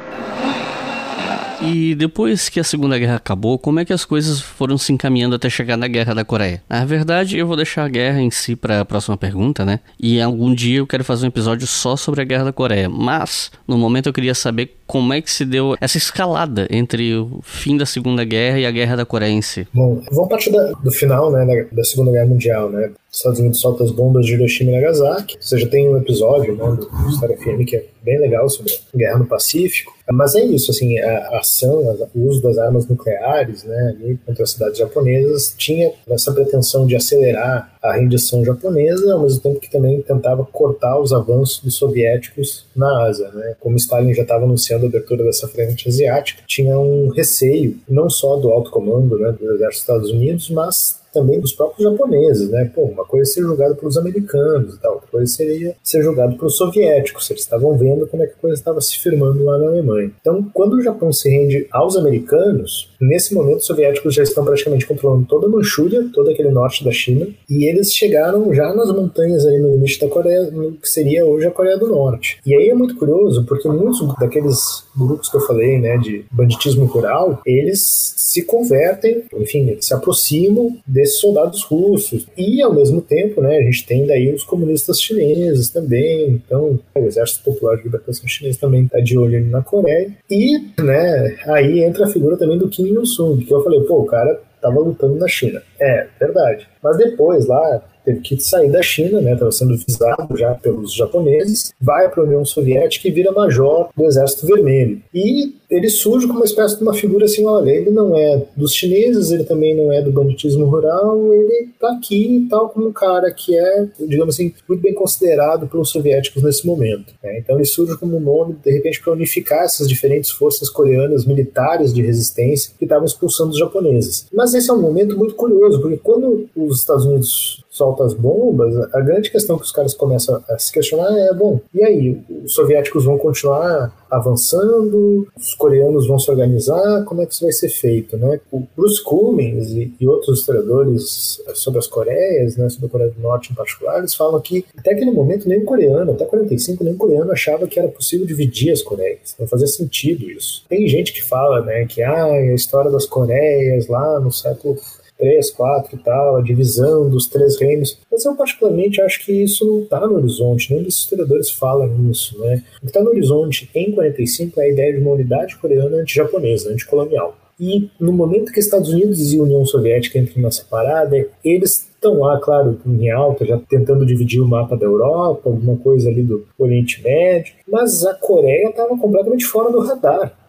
E depois que a Segunda Guerra acabou, como é que as coisas foram se encaminhando até chegar na Guerra da Coreia? Na verdade, eu vou deixar a guerra em si para a próxima pergunta, né? E algum dia eu quero fazer um episódio só sobre a Guerra da Coreia. Mas, no momento eu queria saber como é que se deu essa escalada entre o fim da Segunda Guerra e a Guerra da Coreia em si. Bom, vamos partir da, do final, né, da, da Segunda Guerra Mundial, né? Os Estados Unidos soltam as bombas de Hiroshima e Nagasaki. Você já tem um episódio, né, do História F M que é bem legal sobre a Guerra no Pacífico. Mas é isso, assim, a, a ação, a, o uso das armas nucleares, né, ali contra as cidades japonesas tinha essa pretensão de acelerar a rendição japonesa, ao mesmo tempo que também tentava cortar os avanços dos soviéticos na Ásia, né? Como Stalin já estava anunciando a abertura dessa frente asiática, tinha um receio, não só do alto comando, né, do exército dos Estados Unidos, mas também dos próprios japoneses, né? Pô, uma coisa é ser julgado pelos americanos e tal, outra coisa seria ser julgado pelos soviéticos. Eles estavam vendo como é que a coisa estava se firmando lá na Alemanha. Então, quando o Japão se rende aos americanos, nesse momento os soviéticos já estão praticamente controlando toda a Manchúria, todo aquele norte da China, e eles chegaram já nas montanhas ali no limite da Coreia, no que seria hoje a Coreia do Norte. E aí é muito curioso, porque muitos daqueles grupos que eu falei, né, de banditismo rural, eles se convertem, enfim, eles se aproximam desses soldados russos. E, ao mesmo tempo, né, a gente tem daí os comunistas chineses também. Então, o Exército Popular de Libertação Chinês também está de olho na Coreia. E, né, aí entra a figura também do Kim Il-sung, que eu falei, pô, o cara estava lutando na China. É, verdade. Mas depois, lá, teve que sair da China, né, estava sendo visado já pelos japoneses, vai para a União Soviética e vira major do Exército Vermelho. E ele surge como uma espécie de uma figura assim, olha, ele não é dos chineses, ele também não é do banditismo rural, ele está aqui tal como um cara que é, digamos assim, muito bem considerado pelos soviéticos nesse momento. Né? Então ele surge como um nome, de repente, para unificar essas diferentes forças coreanas militares de resistência que estavam expulsando os japoneses. Mas esse é um momento muito curioso, porque quando os Estados Unidos solta as bombas, a grande questão que os caras começam a se questionar é, bom, e aí, os soviéticos vão continuar avançando, os coreanos vão se organizar, como é que isso vai ser feito, né? O Bruce Cummings e, e outros historiadores sobre as Coreias, né, sobre a Coreia do Norte em particular, eles falam que até aquele momento nem coreano, até quarenta e cinco, nem coreano achava que era possível dividir as Coreias, não fazia sentido isso. Tem gente que fala, né, que ah, a história das Coreias lá no século três, quatro e tal, a divisão dos três reinos, mas eu particularmente acho que isso não está no horizonte, nenhum dos historiadores fala nisso, né? O que está no horizonte em quarenta e cinco é a ideia de uma unidade coreana anti-japonesa, anticolonial. E no momento que Estados Unidos e União Soviética entram nessa parada, eles estão lá, claro, em alta, já tentando dividir o mapa da Europa, alguma coisa ali do Oriente Médio, mas a Coreia estava completamente fora do radar.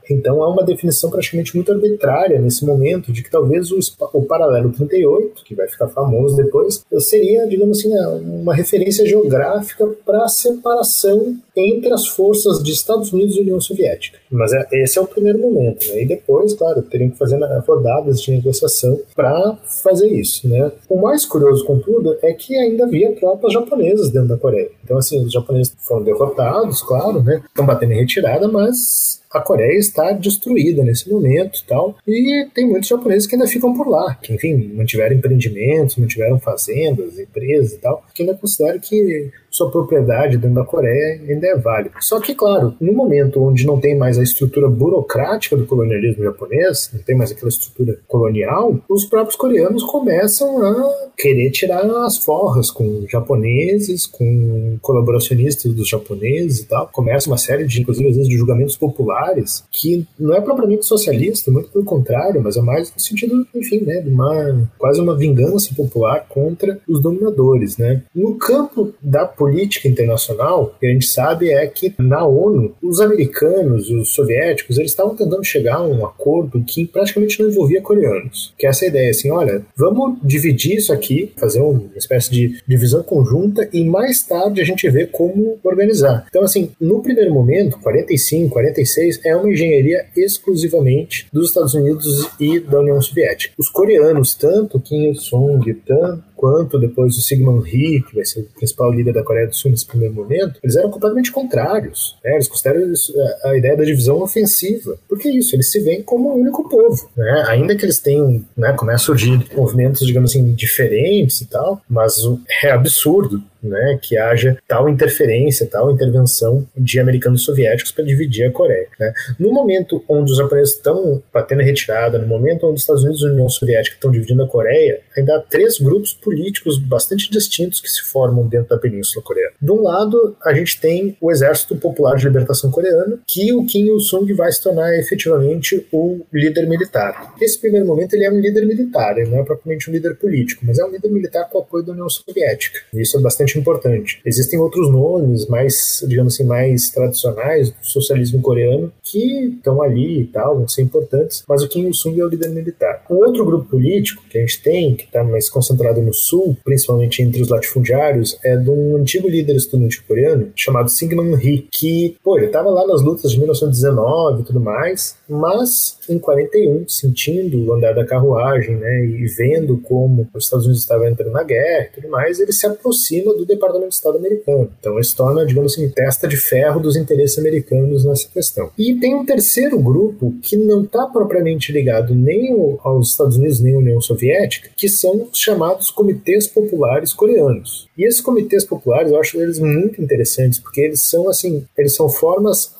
Então há uma definição praticamente muito arbitrária nesse momento de que talvez o, o paralelo trinta e oito, que vai ficar famoso depois, seria, digamos assim, uma referência geográfica para a separação entre as forças de Estados Unidos e União Soviética. Mas é, esse é o primeiro momento, né? E depois, claro, teriam que fazer rodadas de negociação para fazer isso, né? O mais curioso, contudo, é que ainda havia tropas japonesas dentro da Coreia. Então, assim, os japoneses foram derrotados, claro, né? Estão batendo em retirada, mas a Coreia está destruída nesse momento e tal, e tem muitos japoneses que ainda ficam por lá, que, enfim, mantiveram empreendimentos, mantiveram fazendas, empresas e tal, que ainda consideram que sua propriedade dentro da Coreia ainda é válida. Só que, claro, no momento onde não tem mais a estrutura burocrática do colonialismo japonês, não tem mais aquela estrutura colonial, os próprios coreanos começam a querer tirar as forras com japoneses, com colaboracionistas dos japoneses e tal. Começa uma série de, inclusive, às vezes, de julgamentos populares, que não é propriamente socialista, muito pelo contrário, mas é mais no sentido, enfim, né, de uma, quase uma vingança popular contra os dominadores, né. No campo da política internacional, o que a gente sabe é que na ONU, os americanos, os soviéticos, eles estavam tentando chegar a um acordo que praticamente não envolvia coreanos. Que é essa ideia, assim, olha, vamos dividir isso aqui, fazer uma espécie de divisão conjunta e mais tarde a gente vê como organizar. Então, assim, no primeiro momento, quarenta e cinco, quarenta e seis, é uma engenharia exclusivamente dos Estados Unidos e da União Soviética. Os coreanos, tanto Kim Il-sung, tanto quanto depois o Syngman Rhee, que vai ser o principal líder da Coreia do Sul nesse primeiro momento, eles eram completamente contrários. Né? Eles consideram isso, a ideia da divisão ofensiva. Porque é isso, eles se veem como um único povo. Né? Ainda que eles tenham, né, começam a surgir movimentos, digamos assim, diferentes e tal, mas é absurdo, né, que haja tal interferência, tal intervenção de americanos soviéticos para dividir a Coreia. Né? No momento onde os japoneses estão batendo retirada, no momento onde os Estados Unidos e a União Soviética estão dividindo a Coreia, ainda há três grupos políticos bastante distintos que se formam dentro da Península Coreana. De um lado, a gente tem o Exército Popular de Libertação Coreano, que o Kim Il-sung vai se tornar efetivamente o líder militar. Nesse primeiro momento, ele é um líder militar, ele não é propriamente um líder político, mas é um líder militar com apoio da União Soviética. Isso é bastante importante. Existem outros nomes mais, digamos assim, mais tradicionais do socialismo coreano que estão ali e tal, vão ser importantes, mas o Kim Il-sung é o líder militar. O outro grupo político que a gente tem, que está mais concentrado no sul, principalmente entre os latifundiários, é de um antigo líder estudantil coreano chamado Syngman Rhee, que, pô, ele estava lá nas lutas de mil novecentos e dezenove e tudo mais, mas em quarenta e um, sentindo o andar da carruagem, né, e vendo como os Estados Unidos estavam entrando na guerra e tudo mais, ele se aproxima do Departamento de Estado americano. Então ele se torna, digamos assim, testa de ferro dos interesses americanos nessa questão. E tem um terceiro grupo que não está propriamente ligado nem aos Estados Unidos nem à União Soviética, que são os chamados comitês populares coreanos. E esses comitês populares, eu acho eles muito interessantes, porque eles são, assim, eles são formas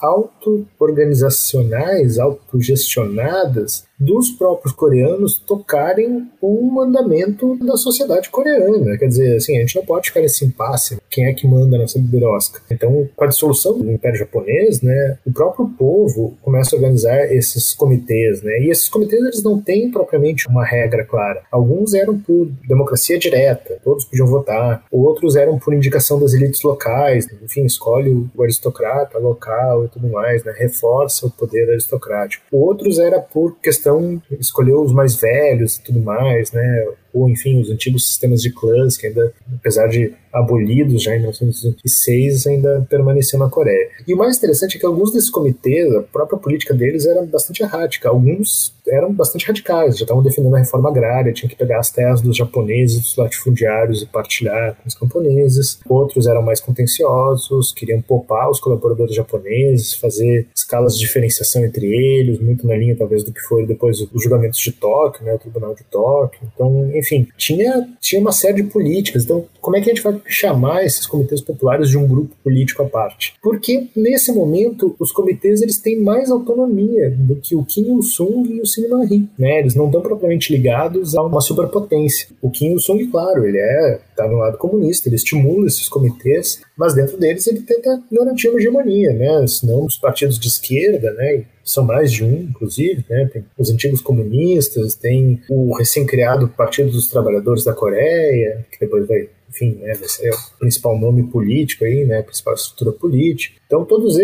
auto-organizacionais, autogestionadas dos próprios coreanos tocarem o andamento da sociedade coreana. Quer dizer, assim, a gente não pode ficar nesse impasse, quem é que manda nessa birosca. Então, com a dissolução do Império Japonês, né, o próprio povo começa a organizar esses comitês, né, e esses comitês eles não têm propriamente uma regra clara. Alguns eram por democracia direta, todos podiam votar, outros eram por indicação das elites locais, enfim, escolhe o aristocrata local e tudo mais, né, reforça o poder aristocrático. Outros era por questão escolheu os mais velhos e tudo mais, né? Ou, enfim, os antigos sistemas de clãs que ainda, apesar de abolidos já em mil novecentos e seis, ainda permaneciam na Coreia. E o mais interessante é que alguns desses comitês, a própria política deles era bastante errática. Alguns eram bastante radicais, já estavam defendendo a reforma agrária, tinham que pegar as terras dos japoneses, dos latifundiários e partilhar com os camponeses. Outros eram mais contenciosos, queriam poupar os colaboradores japoneses, fazer escalas de diferenciação entre eles, muito na linha talvez do que foi depois os julgamentos de Tóquio, né, o Tribunal de Tóquio. Então, enfim, tinha, tinha uma série de políticas. Então, como é que a gente vai chamar esses comitês populares de um grupo político à parte? Porque, nesse momento, os comitês eles têm mais autonomia do que o Kim Il-sung e o Syngman Rhee, né? Eles não estão propriamente ligados a uma superpotência. O Kim Il-sung, claro, ele é, tá no lado comunista, ele estimula esses comitês, mas dentro deles ele tenta garantir uma hegemonia, né? Senão os partidos de esquerda, né, são mais de um, inclusive, né? Tem os antigos comunistas, tem o recém-criado Partido dos Trabalhadores da Coreia, que depois vai, enfim, né, vai ser o principal nome político aí, né, a principal estrutura política. Então todos eles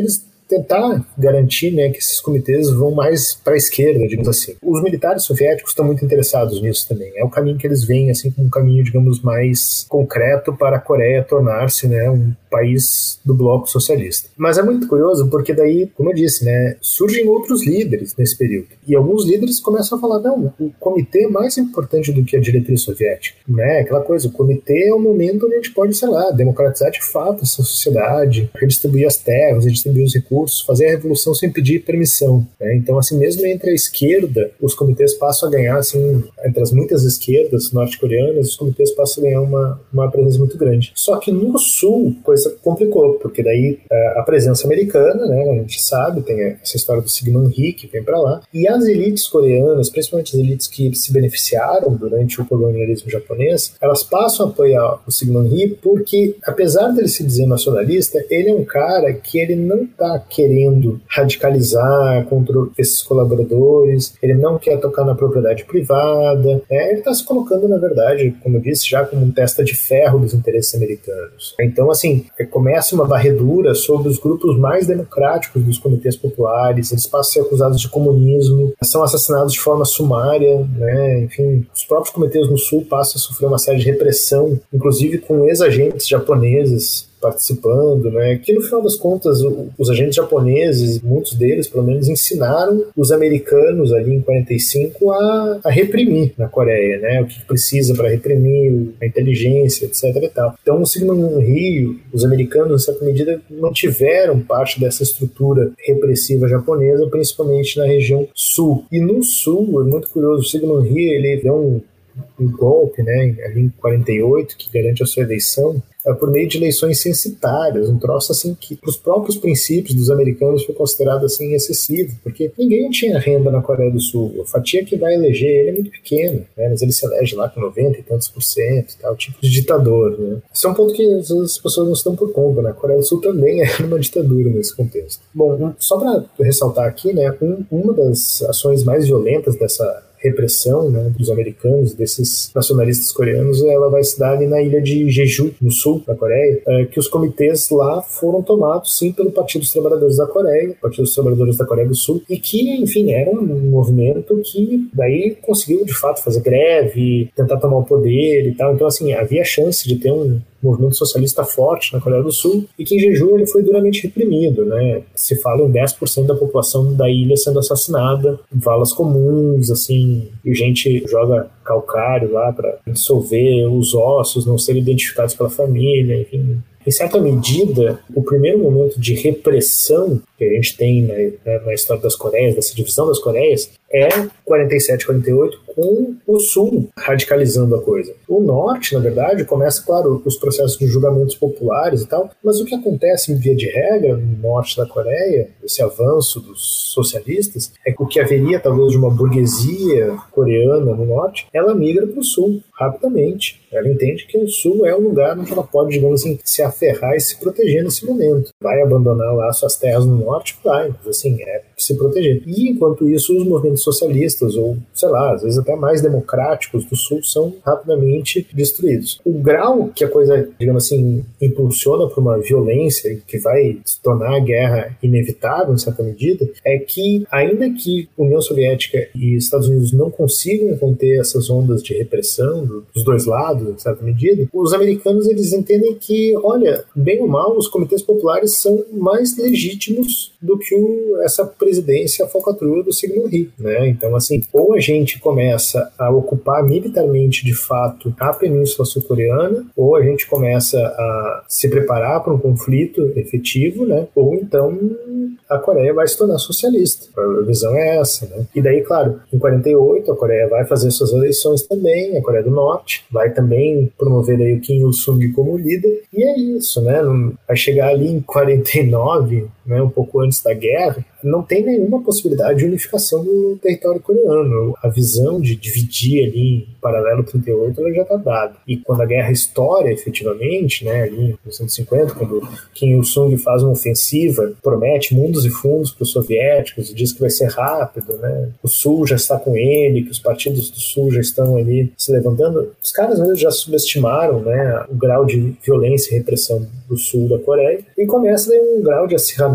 tentar garantir, né, que esses comitês vão mais para a esquerda, digamos assim. Os militares soviéticos estão muito interessados nisso também. É o caminho que eles veem assim como um caminho, digamos, mais concreto para a Coreia tornar-se, né, um país do bloco socialista. Mas é muito curioso porque daí, como eu disse, né, surgem outros líderes nesse período. E alguns líderes começam a falar, não, o comitê é mais importante do que a diretriz soviética. Né? Aquela coisa, o comitê é o momento onde a gente pode, sei lá, democratizar de fato essa sociedade, redistribuir as terras, redistribuir os recursos, fazer a revolução sem pedir permissão. Né? Então, assim, mesmo entre a esquerda, os comitês passam a ganhar, assim, entre as muitas esquerdas norte-coreanas, os comitês passam a ganhar uma, uma presença muito grande. Só que no sul, coisa complicou, porque daí a presença americana, né, a gente sabe, tem essa história do Syngman Rhee que vem para lá, e as elites coreanas, principalmente as elites que se beneficiaram durante o colonialismo japonês, elas passam a apoiar o Syngman Rhee porque, apesar dele se dizer nacionalista, ele é um cara que ele não está querendo radicalizar contra esses colaboradores, ele não quer tocar na propriedade privada, né, ele está se colocando, na verdade, como eu disse, já como um testa de ferro dos interesses americanos. Então, assim, começa uma varredura sobre os grupos mais democráticos dos comitês populares, eles passam a ser acusados de comunismo, são assassinados de forma sumária, né? Enfim, os próprios comitês no sul passam a sofrer uma série de repressão, inclusive com ex-agentes japoneses participando, né? Que no final das contas os agentes japoneses, muitos deles pelo menos, ensinaram os americanos ali em quarenta e cinco a, a reprimir na Coreia, né? O que precisa para reprimir, a inteligência, etc e tal. Então o Syngman Rhee, os americanos em certa medida mantiveram parte dessa estrutura repressiva japonesa, principalmente na região sul. E no sul, é muito curioso, o Syngman Rhee, ele deu um, um golpe, né, ali em quarenta e oito, que garante a sua eleição, por meio de eleições censitárias, um troço assim que, para os próprios princípios dos americanos, foi considerado assim excessivo, porque ninguém tinha renda na Coreia do Sul. A fatia que vai eleger ele é muito pequena, né? Mas ele se elege lá com noventa e tantos por cento, tal, tipo de ditador, né? Isso é um ponto que as pessoas não estão por conta, né? A Coreia do Sul também é uma ditadura nesse contexto. Bom, só para ressaltar aqui, né, um, uma das ações mais violentas dessa repressão, né, dos americanos, desses nacionalistas coreanos, ela vai se dar ali na ilha de Jeju, no sul da Coreia, é, que os comitês lá foram tomados, sim, pelo Partido dos Trabalhadores da Coreia, Partido dos Trabalhadores da Coreia do Sul, e que, enfim, era um movimento que daí conseguiu, de fato, fazer greve, tentar tomar o poder e tal. Então, assim, havia chance de ter um movimento socialista forte na Coreia do Sul, e que em Jeju ele foi duramente reprimido, né? Se fala em dez por cento da população da ilha sendo assassinada, valas comuns, assim, e gente joga calcário lá para dissolver os ossos, não serem identificados pela família, enfim. Em certa medida, o primeiro momento de repressão que a gente tem na, na história das Coreias, dessa divisão das Coreias, é quarenta e sete, quarenta e oito, com o Sul radicalizando a coisa. O Norte, na verdade, começa, claro, os processos de julgamentos populares e tal, mas o que acontece, em via de regra, no Norte da Coreia, esse avanço dos socialistas, é que o que haveria, talvez, de uma burguesia coreana no Norte, ela migra para o Sul, rapidamente. Ela entende que o Sul é um lugar onde ela pode, digamos assim, se aferrar e se proteger nesse momento. Vai abandonar lá suas terras no Norte? Vai, mas assim, é se proteger. E, enquanto isso, os movimentos socialistas, ou, sei lá, às vezes até mais democráticos do Sul, são rapidamente destruídos. O grau que a coisa, digamos assim, impulsiona para uma violência que vai se tornar a guerra inevitável, em certa medida, é que, ainda que União Soviética e Estados Unidos não consigam conter essas ondas de repressão dos dois lados, em certa medida, os americanos, eles entendem que, olha, bem ou mal, os comitês populares são mais legítimos do que o, essa presidência falcatrua do Syngman Rhee, né? Então, assim, ou a gente começa a ocupar militarmente, de fato, a Península Sul-Coreana, ou a gente começa a se preparar para um conflito efetivo, né? Ou então a Coreia vai se tornar socialista. A visão é essa, né? E daí, claro, em quarenta e oito a Coreia vai fazer suas eleições também, a Coreia do Norte vai também promover aí o Kim Il-sung como líder, e é isso, né? Vai chegar ali em quarenta e nove, né, um pouco antes da guerra, não tem nenhuma possibilidade de unificação do território coreano. A visão de dividir ali em paralelo trinta e oito, ela já está dada. E quando a guerra estoura efetivamente, né, ali em mil novecentos e cinquenta, quando Kim Il-sung faz uma ofensiva, promete mundos e fundos para os soviéticos, diz que vai ser rápido, né, o Sul já está com ele, que os partidos do Sul já estão ali se levantando, os caras mesmo já subestimaram, né, o grau de violência e repressão do Sul da Coreia, e começa daí um grau de acirramento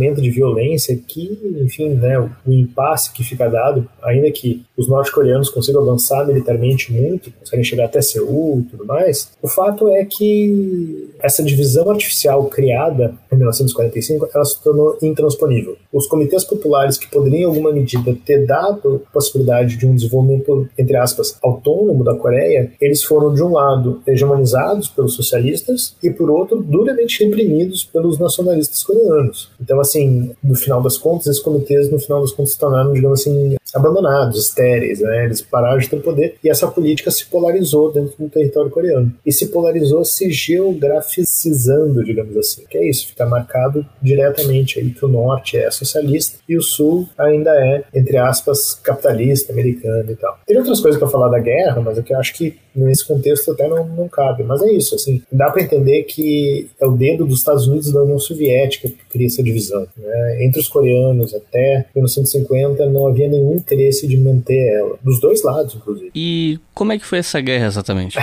escalonamento de violência que, enfim, né, o impasse que fica dado, ainda que os norte-coreanos consigam avançar militarmente muito, conseguem chegar até Seul e tudo mais, o fato é que essa divisão artificial criada em mil novecentos e quarenta e cinco, ela se tornou intransponível. Os comitês populares que poderiam, em alguma medida, ter dado a possibilidade de um desenvolvimento, entre aspas, autônomo da Coreia, eles foram, de um lado, hegemonizados pelos socialistas e, por outro, duramente reprimidos pelos nacionalistas coreanos. Então, assim, no final das contas, esses comitês, no final das contas, se tornaram, digamos assim, abandonados, estéreis, né? Eles pararam de ter poder e essa política se polarizou dentro do território coreano. E se polarizou se geograficizando, digamos assim. Que é isso, fica marcado diretamente aí que o norte é socialista e o sul ainda é, entre aspas, capitalista, americano e tal. Tem outras coisas para falar da guerra, mas é que eu acho que nesse contexto até não, não cabe. Mas é isso, assim, dá para entender que é o dedo dos Estados Unidos e da União Soviética que cria essa divisão, né? Entre os coreanos até mil novecentos e cinquenta não havia nenhum interesse de manter ela, dos dois lados, inclusive. E como é que foi essa guerra exatamente?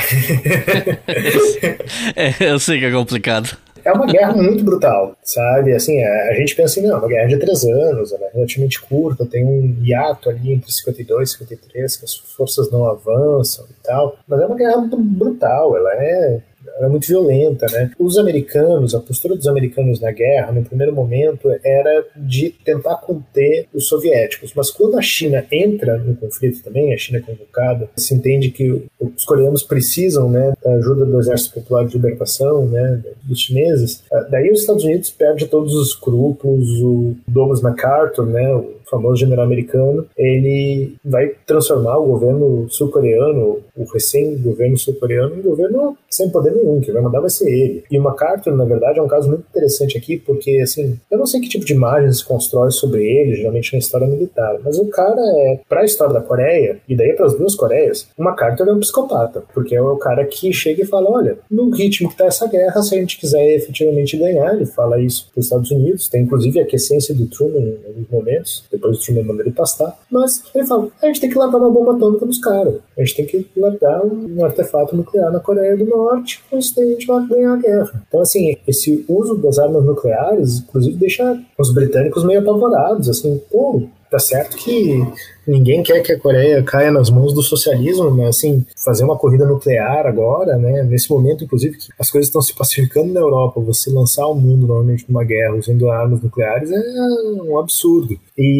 É, eu sei que é complicado. É uma guerra muito brutal, sabe? Assim, a gente pensa em, não, uma guerra de três anos, ela é relativamente curta, tem um hiato ali entre cinquenta e dois e cinquenta e três, que as forças não avançam e tal, mas é uma guerra muito brutal, ela é... Ela é muito violenta, né? Os americanos, a postura dos americanos na guerra, no primeiro momento, era de tentar conter os soviéticos. Mas quando a China entra no conflito também, a China é convocada, se entende que os coreanos precisam, né, da ajuda do Exército Popular de Libertação, né, dos chineses. Daí os Estados Unidos perdem todos os escrúpulos. O Douglas MacArthur, né, o famoso general americano, ele vai transformar o governo sul-coreano, o recém-governo sul-coreano, em um governo sem poder nenhum, que vai mandar vai ser ele. E o MacArthur, na verdade, é um caso muito interessante aqui, porque, assim, eu não sei que tipo de imagem se constrói sobre ele, geralmente na história militar, mas o cara é, pra história da Coreia, e daí para as duas Coreias, o MacArthur é um psicopata, porque é o cara que chega e fala, olha, no ritmo que tá essa guerra, se a gente quiser efetivamente ganhar, ele fala isso para os Estados Unidos, tem inclusive a aquiescência do Truman em alguns momentos, depois o Truman manda ele pastar, mas ele fala, a gente tem que largar uma bomba atômica nos caras, a gente tem que largar um artefato nuclear na Coreia do Norte, com isso daí a gente vai ganhar a guerra. Então, assim, esse uso das armas nucleares, inclusive, deixa os britânicos meio apavorados, assim, pô, tá certo que ninguém quer que a Coreia caia nas mãos do socialismo, mas, assim, fazer uma corrida nuclear agora, né, nesse momento, inclusive, que as coisas estão se pacificando na Europa, você lançar o mundo normalmente numa guerra usando armas nucleares é um absurdo.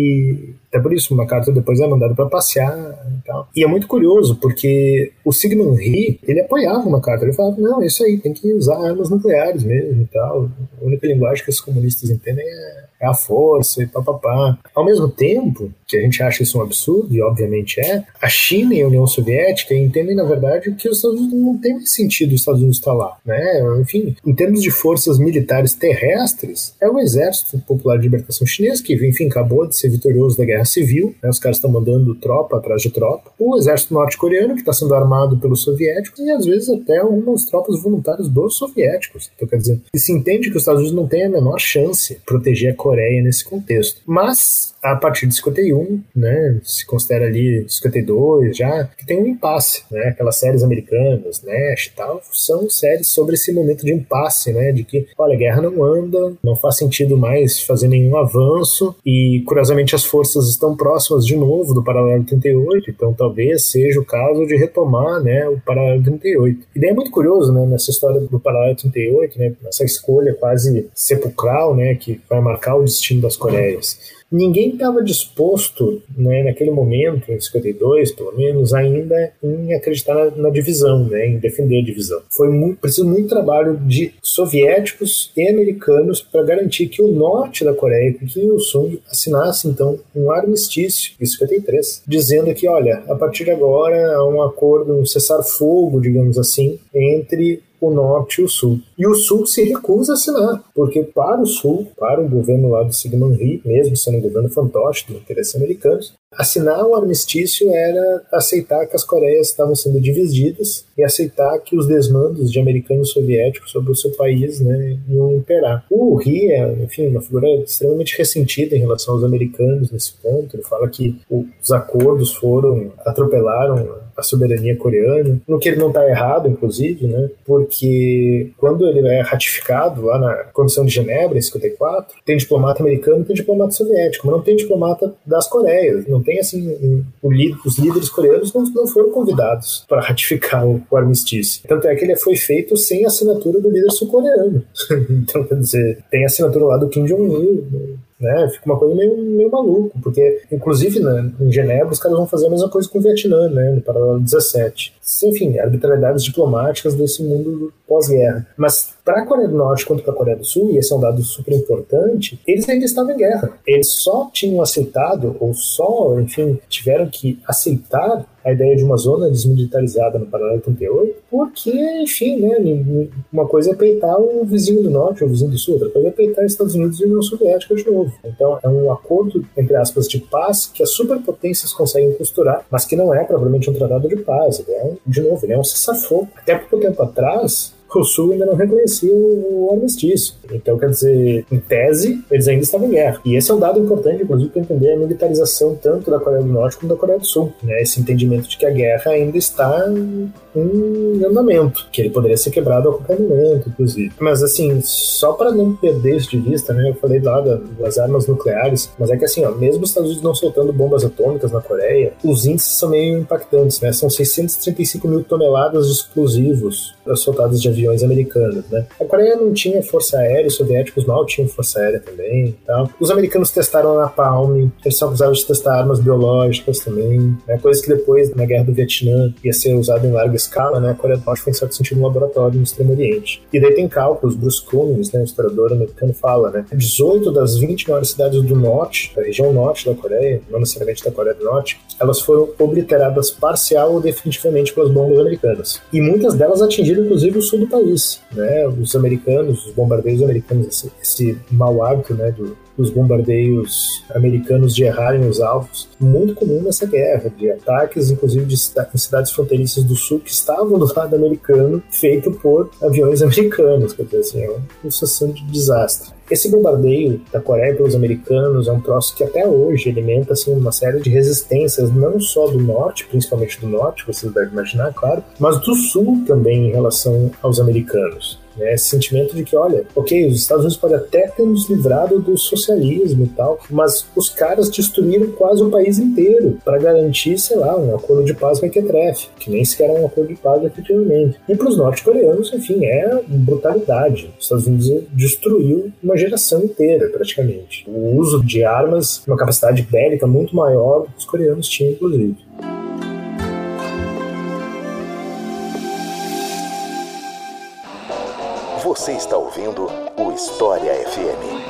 E até por isso o MacArthur depois é mandado para passear e tal. E é muito curioso, porque o Syngman Rhee, ele apoiava o MacArthur, ele falava, não, é isso aí, tem que usar armas nucleares mesmo e tal. A única linguagem que os comunistas entendem é, é a força e papapá. Ao mesmo tempo, que a gente acha isso um absurdo, e obviamente é, a China e a União Soviética entendem, na verdade, que os Estados Unidos não tem mais sentido os Estados Unidos estar lá, né? Enfim, em termos de forças militares terrestres, é o Exército Popular de Libertação Chinês, que, enfim, acabou de ser vitorioso da guerra civil, né? Os caras estão mandando tropa atrás de tropa, o Exército Norte-Coreano, que está sendo armado pelos soviéticos, e às vezes até algumas tropas voluntárias dos soviéticos. Então, quer dizer, se entende que os Estados Unidos não têm a menor chance de proteger a Coreia nesse contexto. Mas, a partir de cinquenta e um, né, se considera ali cinquenta e dois já, que tem um impasse, né, aquelas séries americanas, Nash e tal, são séries sobre esse momento de impasse, né, de que, olha, a guerra não anda, não faz sentido mais fazer nenhum avanço, e curiosamente as forças estão próximas de novo do paralelo trinta e oito, então talvez seja o caso de retomar, né, o paralelo trinta e oito. E daí é muito curioso, né, nessa história do paralelo trinta e oito, né, nessa escolha quase sepulcral, né, que vai marcar o destino das Coreias. Ninguém estava disposto, né, naquele momento, em cinquenta e dois, pelo menos, ainda em acreditar na, na divisão, né, em defender a divisão. Foi muito, preciso muito trabalho de soviéticos e americanos para garantir que o norte da Coreia, que Kim Il-sung, assinasse, então, um armistício, em cinquenta e três, dizendo que, olha, a partir de agora há um acordo, um cessar-fogo, digamos assim, entre o norte e o sul. E o sul se recusa a assinar, porque para o sul, para o governo lá do Syngman Rhee, mesmo sendo um governo fantoche de interesses americanos, Assinar o armistício era aceitar que as Coreias estavam sendo divididas e aceitar que os desmandos de americanos e soviéticos sobre o seu país, né, iam imperar. O Ri é, enfim, uma figura extremamente ressentida em relação aos americanos nesse ponto. Ele fala que os acordos foram, atropelaram a soberania coreana, no que ele não está errado, inclusive, né, porque quando ele é ratificado lá na Comissão de Genebra, em cinquenta e quatro, tem diplomata americano e tem diplomata soviético, mas não tem diplomata das Coreias. Não tem, assim, o, os líderes coreanos não, não foram convidados para ratificar o, o armistício. Tanto é que ele foi feito sem assinatura do líder sul-coreano. Então, quer dizer, tem a assinatura lá do Kim Jong-il, né? Fica uma coisa meio, meio maluco, porque, inclusive, né, em Genebra, os caras vão fazer a mesma coisa com o Vietnã, né, no paralelo dezessete. Enfim, arbitrariedades diplomáticas desse mundo pós-guerra. Mas para a Coreia do Norte quanto para a Coreia do Sul, e esse é um dado super importante, eles ainda estavam em guerra. Eles só tinham aceitado, ou só, enfim, tiveram que aceitar a ideia de uma zona desmilitarizada no paralelo trinta e oito, porque, enfim, né, uma coisa é peitar o vizinho do norte, ou o vizinho do sul, outra coisa é peitar os Estados Unidos e a União Soviética de novo. Então é um acordo, entre aspas, de paz que as superpotências conseguem costurar, mas que não é propriamente um tratado de paz. É, de novo, ele é um cessar-fogo. Até pouco tempo atrás, o Sul ainda não reconhecia o armistício. Então, quer dizer, em tese, eles ainda estavam em guerra. E esse é um dado importante, inclusive, para entender a militarização tanto da Coreia do Norte como da Coreia do Sul. Né? Esse entendimento de que a guerra ainda está em andamento, que ele poderia ser quebrado a qualquer momento, inclusive. Mas, assim, só para não perder isso de vista, né? Eu falei lá das armas nucleares, mas é que, assim, ó, mesmo os Estados Unidos não soltando bombas atômicas na Coreia, os índices são meio impactantes, né? São seiscentos e trinta e cinco mil toneladas de explosivos soltados de aviões americanos, né? A Coreia não tinha força aérea, os soviéticos mal tinham força aérea também, tá? Os americanos testaram a napalm, eles são acusados de testar armas biológicas também, né? Coisa que depois, na Guerra do Vietnã, ia ser usada em larga escala, né? A Coreia do Norte foi, em certo sentido, um laboratório no Extremo Oriente. E daí tem cálculos, Bruce Cummings, né, o historiador americano, fala, né? dezoito das vinte maiores cidades do norte, da região norte da Coreia, não necessariamente da Coreia do Norte, elas foram obliteradas parcial ou definitivamente pelas bombas americanas. E muitas delas atingiram, inclusive, o sul do país, né? Os americanos, os bombardeios americanos, esse, esse mau hábito, né, do, dos bombardeios americanos de errarem os alvos, muito comum nessa guerra, de ataques, inclusive de em cidades fronteiriças do sul que estavam do lado americano, feito por aviões americanos, quer dizer, assim, é uma sucessão de desastre. Esse bombardeio da Coreia pelos americanos é um troço que até hoje alimenta, assim, uma série de resistências, não só do norte, principalmente do norte, vocês devem imaginar, claro, mas do sul também em relação aos americanos. Né, esse sentimento de que, olha, ok, os Estados Unidos podem até ter nos livrado do socialismo e tal, mas os caras destruíram quase o país inteiro para garantir, sei lá, um acordo de paz mequetrefe, que nem sequer é um acordo de paz efetivamente. E para os norte-coreanos, enfim, é brutalidade. Os Estados Unidos destruiu uma geração inteira, praticamente. O uso de armas, uma capacidade bélica muito maior do que os coreanos tinham, inclusive. Você está ouvindo o História F M.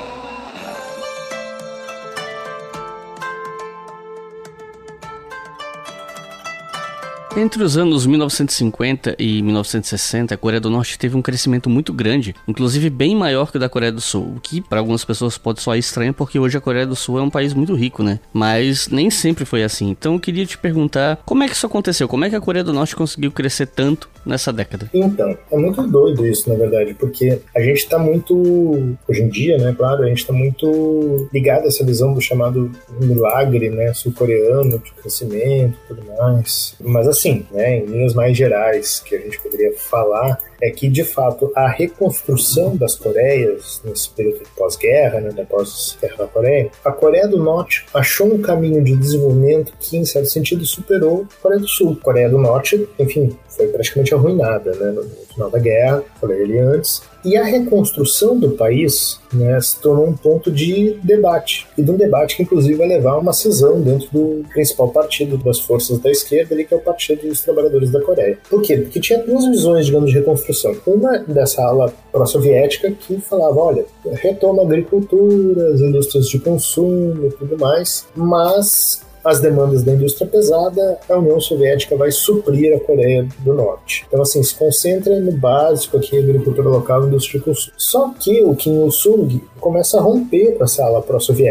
Entre os anos mil novecentos e cinquenta e mil novecentos e sessenta, a Coreia do Norte teve um crescimento muito grande, inclusive bem maior que o da Coreia do Sul, o que para algumas pessoas pode soar estranho porque hoje a Coreia do Sul é um país muito rico, né? Mas nem sempre foi assim. Então eu queria te perguntar, como é que isso aconteceu? Como é que a Coreia do Norte conseguiu crescer tanto nessa década? Então, é muito doido isso, na verdade, porque a gente tá muito, hoje em dia, né, claro, a gente tá muito ligado a essa visão do chamado milagre, né, sul-coreano, de crescimento e tudo mais. Mas assim, Sim, né, em linhas mais gerais, que a gente poderia falar é que, de fato, a reconstrução das Coreias nesse período de pós-guerra, né, da pós-guerra da Coreia, a Coreia do Norte achou um caminho de desenvolvimento que, em certo sentido, superou a Coreia do Sul. A Coreia do Norte, enfim, foi praticamente arruinada, né, no final da guerra, falei ali antes, e a reconstrução do país, né, se tornou um ponto de debate, e de um debate que inclusive vai levar a uma cisão dentro do principal partido das forças da esquerda, ali, que é o Partido dos Trabalhadores da Coreia. Por quê? Porque tinha duas visões, digamos, de reconstrução. Uma dessa ala pró-soviética que falava, olha, retoma a agricultura, as indústrias de consumo e tudo mais, mas as demandas da indústria pesada, a União Soviética vai suprir a Coreia do Norte. Então, assim, se concentra no básico aqui, agricultura local e indústria de consumo. Só que o Kim Il-sung começa a romper com essa ala pró-soviética.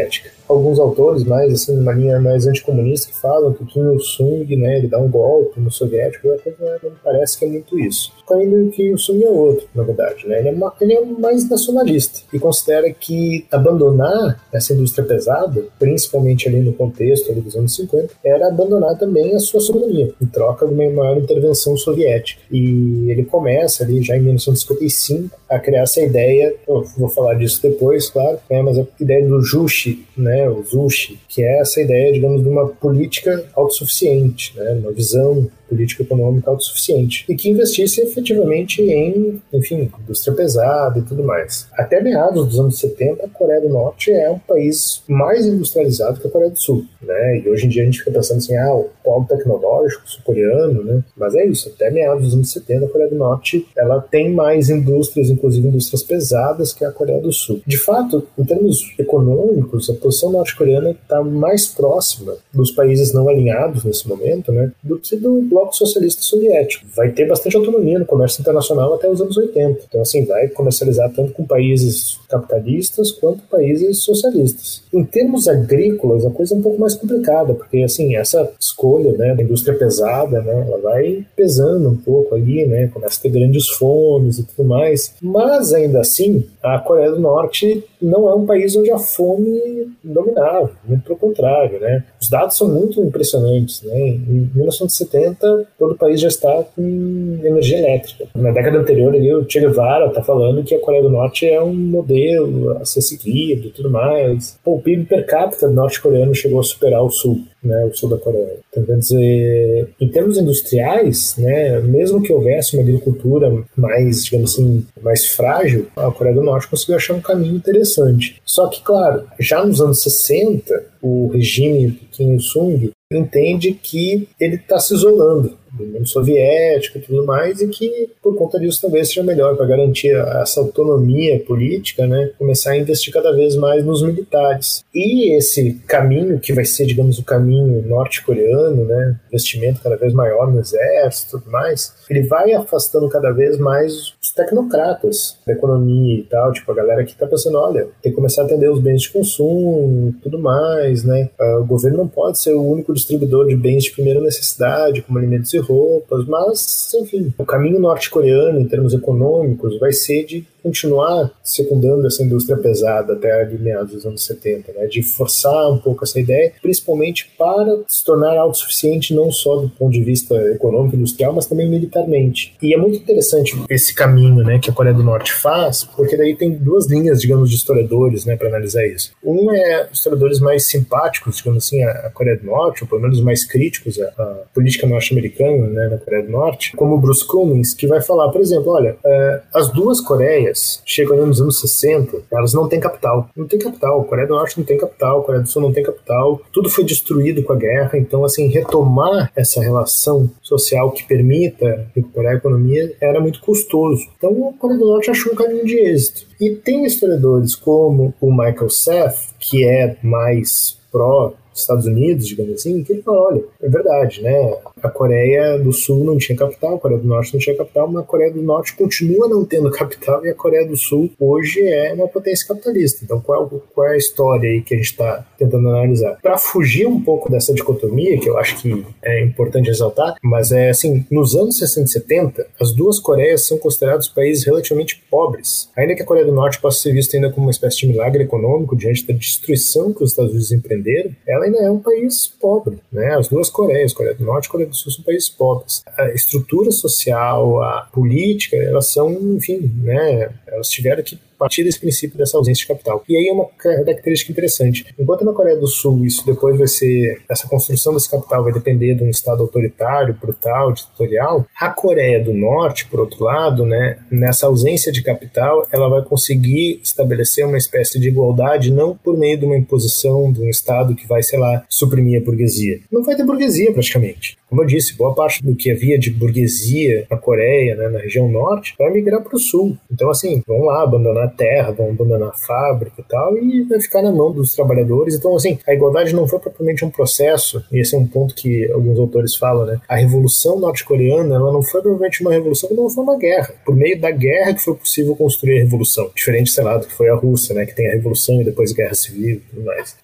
alguns autores mais, assim, numa linha mais anticomunista que falam que o Kim Il-sung, né, ele dá um golpe no soviético, não parece que é muito isso. Ainda que o Kim Il-sung é outro, na verdade, né? Ele é, uma, ele é mais nacionalista e considera que abandonar essa indústria pesada, principalmente ali no contexto ali dos anos cinquenta, era abandonar também a sua soberania, em troca de uma maior intervenção soviética. E ele começa ali, já em mil novecentos e cinquenta e cinco, a criar essa ideia, eu vou falar disso depois, claro, né, mas a ideia do Juche, né, o Zushi, que é essa ideia, digamos, de uma política autossuficiente, né, uma visão política econômica autossuficiente, e que investisse efetivamente em, enfim, indústria pesada e tudo mais. Até meados dos anos setenta, a Coreia do Norte é um país mais industrializado que a Coreia do Sul, né? E hoje em dia a gente fica pensando assim, ah, o polo tecnológico sul-coreano, né? Mas é isso, até meados dos anos setenta, a Coreia do Norte, ela tem mais indústrias, inclusive indústrias pesadas, que a Coreia do Sul. De fato, em termos econômicos, a posição norte-coreana está mais próxima dos países não alinhados nesse momento, né, do que do bloco socialista soviético. Vai ter bastante autonomia no comércio internacional até os anos oitenta. Então, assim, vai comercializar tanto com países capitalistas quanto países socialistas. Em termos agrícolas, a coisa é um pouco mais complicada, porque, assim, essa escolha, né, da indústria pesada, né, ela vai pesando um pouco ali, né, começa a ter grandes fomes e tudo mais. Mas, ainda assim, a Coreia do Norte não é um país onde a fome dominava, muito pelo contrário, né. Os dados são muito impressionantes, né. Em mil novecentos e setenta, todo o país já está com energia elétrica. Na década anterior, ali, o Che Guevara está falando que a Coreia do Norte é um modelo a ser seguido e tudo mais. Pô, o P I B per capita norte-coreano chegou a superar o Sul, né, o sul da Coreia. Então, quer dizer, em termos industriais, né, mesmo que houvesse uma agricultura mais, digamos assim, mais frágil, a Coreia do Norte conseguiu achar um caminho interessante. Só que, claro, já nos anos sessenta, o regime do Kim Il-sung entende que ele está se isolando do mundo soviético e tudo mais, e que por conta disso talvez seja melhor, para garantir essa autonomia política, né, começar a investir cada vez mais nos militares. E esse caminho, que vai ser, digamos, o caminho norte-coreano, né, investimento cada vez maior no exército e tudo mais, ele vai afastando cada vez mais os tecnocratas da economia e tal, tipo a galera que está pensando, olha, tem que começar a atender os bens de consumo e tudo mais, né, o governo não pode ser o único distribuidor de bens de primeira necessidade, como alimentos e roupas, mas, enfim, o caminho norte-coreano, em termos econômicos, vai ser de continuar secundando essa indústria pesada até ali meados dos anos setenta, né, de forçar um pouco essa ideia, principalmente para se tornar autossuficiente não só do ponto de vista econômico e industrial, mas também militarmente. E é muito interessante esse caminho, né, que a Coreia do Norte faz, porque daí tem duas linhas, digamos, de historiadores, né, para analisar isso. Um é historiadores mais simpáticos, digamos assim, à Coreia do Norte, ou pelo menos mais críticos à, à política norte-americana, né, na Coreia do Norte, como o Bruce Cummings, que vai falar, por exemplo, olha, é, as duas Coreias chegam nos anos sessenta, elas não têm capital. Não tem capital. A Coreia do Norte não tem capital, a Coreia do Sul não tem capital. Tudo foi destruído com a guerra. Então, assim, retomar essa relação social que permita recuperar a economia era muito custoso. Então, a Coreia do Norte achou um caminho de êxito. E tem historiadores como o Michael Seth, que é mais pró Estados Unidos, digamos assim, que ele fala, olha, é verdade, né, a Coreia do Sul não tinha capital, a Coreia do Norte não tinha capital, mas a Coreia do Norte continua não tendo capital e a Coreia do Sul hoje é uma potência capitalista. Então qual é, qual é a história aí que a gente está tentando analisar? Para fugir um pouco dessa dicotomia, que eu acho que é importante ressaltar, mas é assim, nos anos sessenta e setenta, as duas Coreias são considerados países relativamente pobres. Ainda que a Coreia do Norte possa ser vista ainda como uma espécie de milagre econômico diante da destruição que os Estados Unidos empreenderam, ela ainda é um país pobre, né? As duas Coreias, Coreia do Norte e Coreia do Sul, são países pobres. A estrutura social, a política, elas são, enfim, né? Elas tiveram que partir desse princípio dessa ausência de capital. E aí é uma característica interessante. Enquanto na Coreia do Sul isso depois vai ser, essa construção desse capital vai depender de um estado autoritário, brutal, ditatorial, a Coreia do Norte, por outro lado, né, nessa ausência de capital, ela vai conseguir estabelecer uma espécie de igualdade, não por meio de uma imposição de um estado que vai, sei lá, suprimir a burguesia. Não vai ter burguesia praticamente. Como eu disse, boa parte do que havia de burguesia na Coreia, né, na região norte, vai migrar para o sul. Então, assim, vão lá abandonar a terra, vão abandonar a fábrica e tal, e vai ficar na mão dos trabalhadores. Então, assim, a igualdade não foi propriamente um processo, e esse é um ponto que alguns autores falam, né? A Revolução Norte-Coreana, ela não foi propriamente uma revolução, não foi uma guerra. Por meio da guerra que foi possível construir a revolução. Diferente, sei lá, do que foi a Rússia, né, que tem a revolução e depois a guerra civil e tudo mais.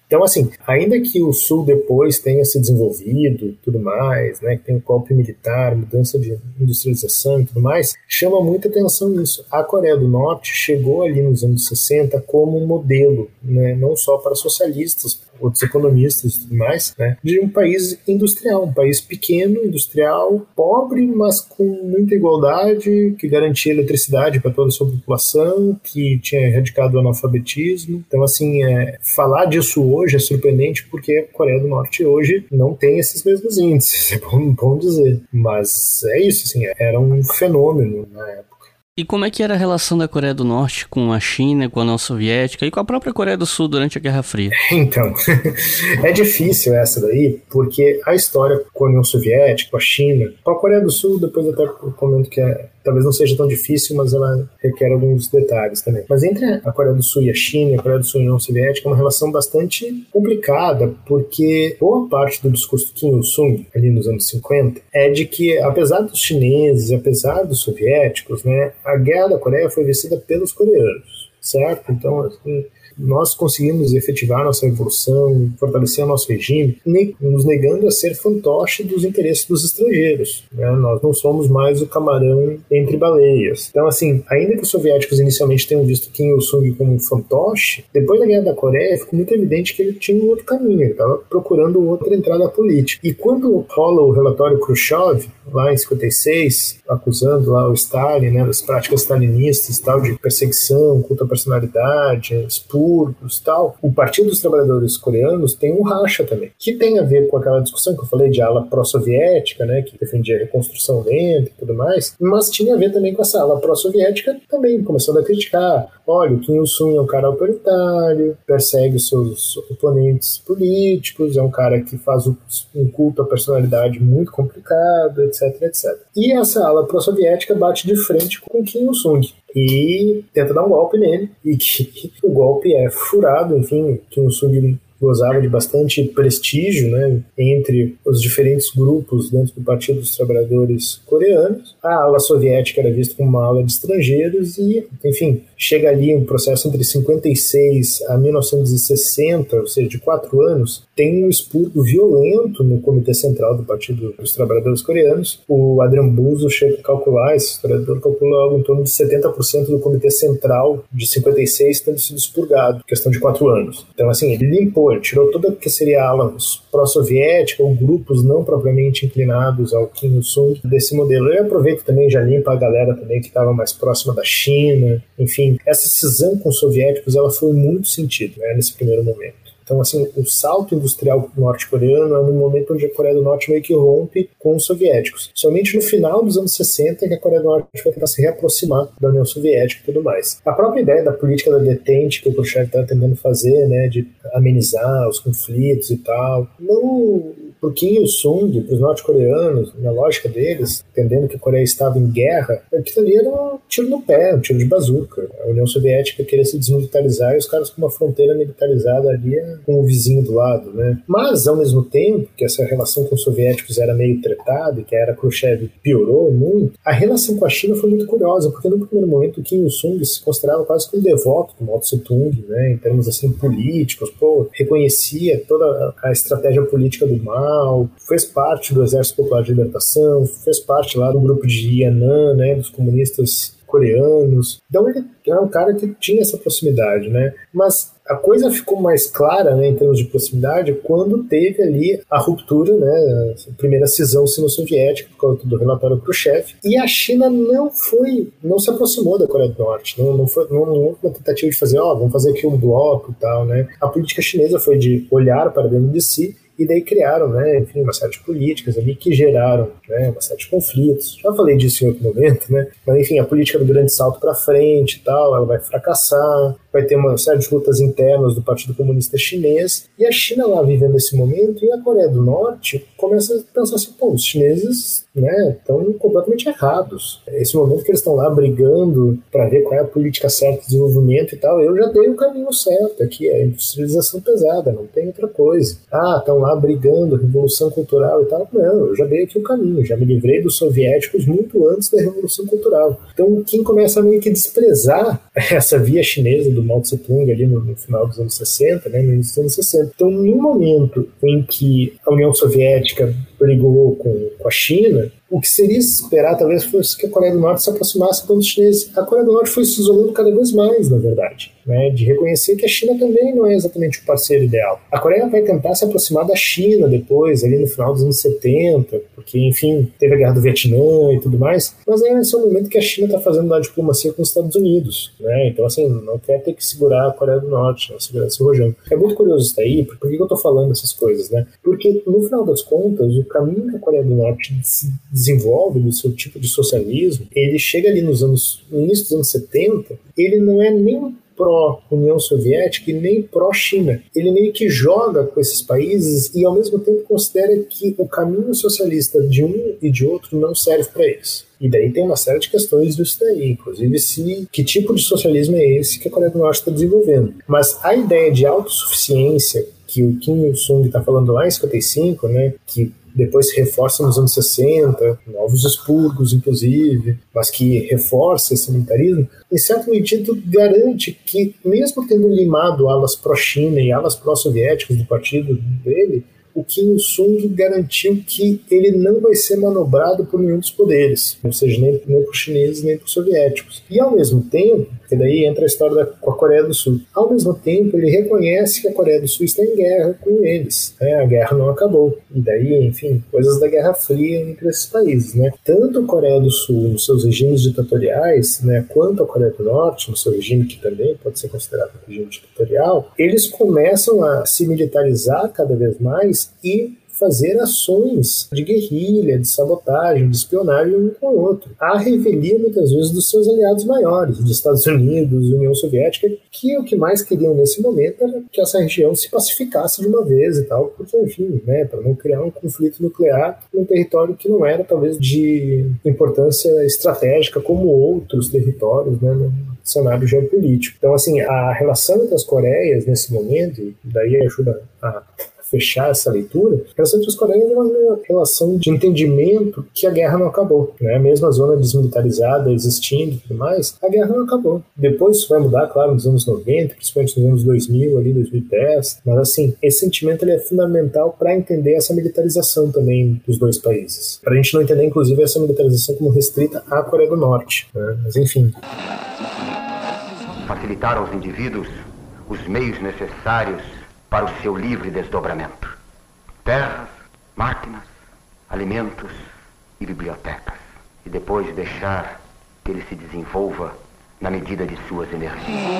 Então, assim, ainda que o Sul depois tenha se desenvolvido e tudo mais, né, que tem o golpe militar, mudança de industrialização e tudo mais, chama muita atenção isso. A Coreia do Norte chegou ali nos anos sessenta como um modelo, né, não só para socialistas, outros economistas e tudo mais, né, de um país industrial, um país pequeno, industrial, pobre, mas com muita igualdade, que garantia eletricidade para toda a sua população, que tinha erradicado o analfabetismo. Então, assim, é, falar disso hoje é surpreendente porque a Coreia do Norte hoje não tem esses mesmos índices, é bom, bom dizer. Mas é isso, assim, era um fenômeno na época. E como é que era a relação da Coreia do Norte com a China, com a União Soviética e com a própria Coreia do Sul durante a Guerra Fria? Então, é difícil essa daí, porque a história com a União Soviética, com a China, com a Coreia do Sul, depois até comento que é, talvez não seja tão difícil, mas ela requer alguns detalhes também. Mas entre a Coreia do Sul e a China, a Coreia do Sul e a União Soviética, é uma relação bastante complicada, porque boa parte do discurso do Kim Il-sung, ali nos anos cinquenta, é de que, apesar dos chineses, apesar dos soviéticos, né, a guerra da Coreia foi vencida pelos coreanos, certo? Então, assim, nós conseguimos efetivar nossa revolução, fortalecer o nosso regime, nos negando a ser fantoche dos interesses dos estrangeiros, né? Nós não somos mais o camarão entre baleias. Então, assim, ainda que os soviéticos inicialmente tenham visto Kim Il-sung como um fantoche, depois da Guerra da Coreia ficou muito evidente que ele tinha um outro caminho, ele estava procurando outra entrada política. E quando rola o relatório Khrushchev, lá em cinquenta e seis, acusando lá o Stalin, né, das práticas stalinistas, tal, de perseguição, culto à personalidade, expurgos e tal, o Partido dos Trabalhadores Coreanos tem um racha também, que tem a ver com aquela discussão que eu falei de ala pró-soviética, né, que defendia a reconstrução lenta e tudo mais, mas tinha a ver também com essa ala pró-soviética também, começando a criticar. Olha, o Kim Il-sung é um cara autoritário, persegue os seus oponentes políticos, é um cara que faz um culto à personalidade muito complicado, etc, etcétera. E essa ala pró-soviética bate de frente com o Kim Il-sung e tenta dar um golpe nele, e que o golpe é furado. Enfim, Kim Il-sung gozava de bastante prestígio, né, entre os diferentes grupos dentro do Partido dos Trabalhadores Coreanos. A ala soviética era vista como uma ala de estrangeiros e, enfim, chega ali um processo entre cinquenta e seis a mil novecentos e sessenta, ou seja, de quatro anos, tem um expurgo violento no Comitê Central do Partido dos Trabalhadores Coreanos. O Adrian Buzo chega a calcular, esse historiador calcula algo em torno de setenta por cento do Comitê Central de cinquenta e seis tendo sido expurgado, questão de quatro anos. Então, assim, ele limpou, ele tirou toda o que seria a ala pró-soviética ou grupos não propriamente inclinados ao Kim Il-sung desse modelo. Ele aproveita também, já limpa a galera também que estava mais próxima da China. Enfim, essa cisão com os soviéticos, ela foi muito sentida, né, nesse primeiro momento. Então, assim, o salto industrial norte-coreano é no momento onde a Coreia do Norte meio que rompe com os soviéticos. Somente no final dos anos sessenta é que a Coreia do Norte vai tentar se reaproximar da União Soviética e tudo mais. A própria ideia da política da detente que o Khrushchev está tentando fazer, né, de amenizar os conflitos e tal, não... Para o Kim Il-sung, para os norte-coreanos, na lógica deles, entendendo que a Coreia estava em guerra, aquilo ali era um tiro no pé, um tiro de bazuca. A União Soviética queria se desmilitarizar e os caras com uma fronteira militarizada ali com o vizinho do lado, né? Mas, ao mesmo tempo, que essa relação com os soviéticos era meio tretada, e que a era Khrushchev piorou muito, a relação com a China foi muito curiosa, porque no primeiro momento o Kim Il-sung se considerava quase como um devoto do Mao Tse-tung, né? Em termos assim políticos, pô, reconhecia toda a estratégia política do Mao, fez parte do Exército Popular de Libertação, fez parte lá do grupo de Yan'an, né, dos comunistas coreanos. Então ele era um cara que tinha essa proximidade, né? Mas a coisa ficou mais clara, né, em termos de proximidade quando teve ali a ruptura, né, a primeira cisão sino-soviética por causa do relatório Khrushchev, e a China não foi, não se aproximou da Coreia do Norte, não, não foi não, não houve uma tentativa de fazer, ó, oh, vamos fazer aqui um bloco e tal, né? A política chinesa foi de olhar para dentro de si, e daí criaram, né, enfim, uma série de políticas ali que geraram, né, uma série de conflitos. Já falei disso em outro momento, né? Mas, enfim, a política do grande salto para frente e tal, ela vai fracassar, vai ter uma série de lutas internas do Partido Comunista Chinês, e a China lá vivendo esse momento, e a Coreia do Norte começa a pensar assim, pô, os chineses, né, estão completamente errados. Esse momento que eles estão lá brigando para ver qual é a política certa de desenvolvimento e tal, eu já dei o caminho certo, aqui é a industrialização pesada, não tem outra coisa. Ah, estão lá brigando, revolução cultural e tal, não, eu já dei aqui o caminho, já me livrei dos soviéticos muito antes da revolução cultural. Então, quem começa a meio que desprezar essa via chinesa do Mao Tse-tung ali no, no final dos anos sessenta, né, no início dos anos sessenta. Então, no momento em que a União Soviética brigou com, com a China, o que seria esperar talvez fosse que a Coreia do Norte se aproximasse dos chineses. A Coreia do Norte foi se isolando cada vez mais, na verdade, né, de reconhecer que a China também não é exatamente o parceiro ideal. A Coreia vai tentar se aproximar da China depois, ali no final dos anos setenta, porque, enfim, teve a Guerra do Vietnã e tudo mais, mas aí é o momento que a China está fazendo da diplomacia com os Estados Unidos, né, então assim, não quer ter que segurar a Coreia do Norte, não segurar esse rojão. É muito curioso isso daí, por que eu estou falando essas coisas, né, porque no final das contas, o caminho que a Coreia do Norte se desenvolve do seu tipo de socialismo, ele chega ali nos anos, no início dos anos setenta, ele não é nem pró-União Soviética e nem pró-China. Ele meio que joga com esses países e ao mesmo tempo considera que o caminho socialista de um e de outro não serve para eles. E daí tem uma série de questões disso daí, inclusive se, que tipo de socialismo é esse que a Coreia do Norte está desenvolvendo. Mas a ideia de autossuficiência que o Kim Il-sung está falando lá em cinquenta e cinco, né, que depois se reforça nos anos sessenta, novos expurgos, inclusive, mas que reforça esse militarismo, em certo medida garante que, mesmo tendo limado alas pró-China e alas pró-soviéticas do partido dele, o Kim Il-sung garantiu que ele não vai ser manobrado por nenhum dos poderes, ou seja, nem, nem por chineses nem por soviéticos. E ao mesmo tempo, porque daí entra a história da, com a Coreia do Sul, ao mesmo tempo ele reconhece que a Coreia do Sul está em guerra com eles, né? A guerra não acabou, e daí, enfim, coisas da Guerra Fria entre esses países, né? Tanto a Coreia do Sul nos seus regimes ditatoriais, né, quanto a Coreia do Norte no seu regime, que também pode ser considerado um regime ditatorial, eles começam a se militarizar cada vez mais e fazer ações de guerrilha, de sabotagem, de espionagem um com o outro. Há revelia muitas vezes dos seus aliados maiores, dos Estados Unidos, União Soviética, que o que mais queriam nesse momento era que essa região se pacificasse de uma vez e tal, porque, enfim, né, para não criar um conflito nuclear num território que não era, talvez, de importância estratégica como outros territórios, né, no cenário geopolítico. Então, assim, a relação entre as Coreias nesse momento, e daí ajuda a fechar essa leitura, a relação entre as Coreias é uma relação de entendimento que a guerra não acabou, né? Mesmo a zona desmilitarizada existindo e tudo mais, a guerra não acabou. Depois isso vai mudar, claro, nos anos noventa, principalmente nos anos dois mil, ali, dois mil e dez, mas assim, esse sentimento ele é fundamental para entender essa militarização também dos dois países. Para a gente não entender, inclusive, essa militarização como restrita à Coreia do Norte, né? Mas enfim. Facilitar aos indivíduos os meios necessários para o seu livre desdobramento. Terras, máquinas, alimentos e bibliotecas. E depois deixar que ele se desenvolva na medida de suas energias.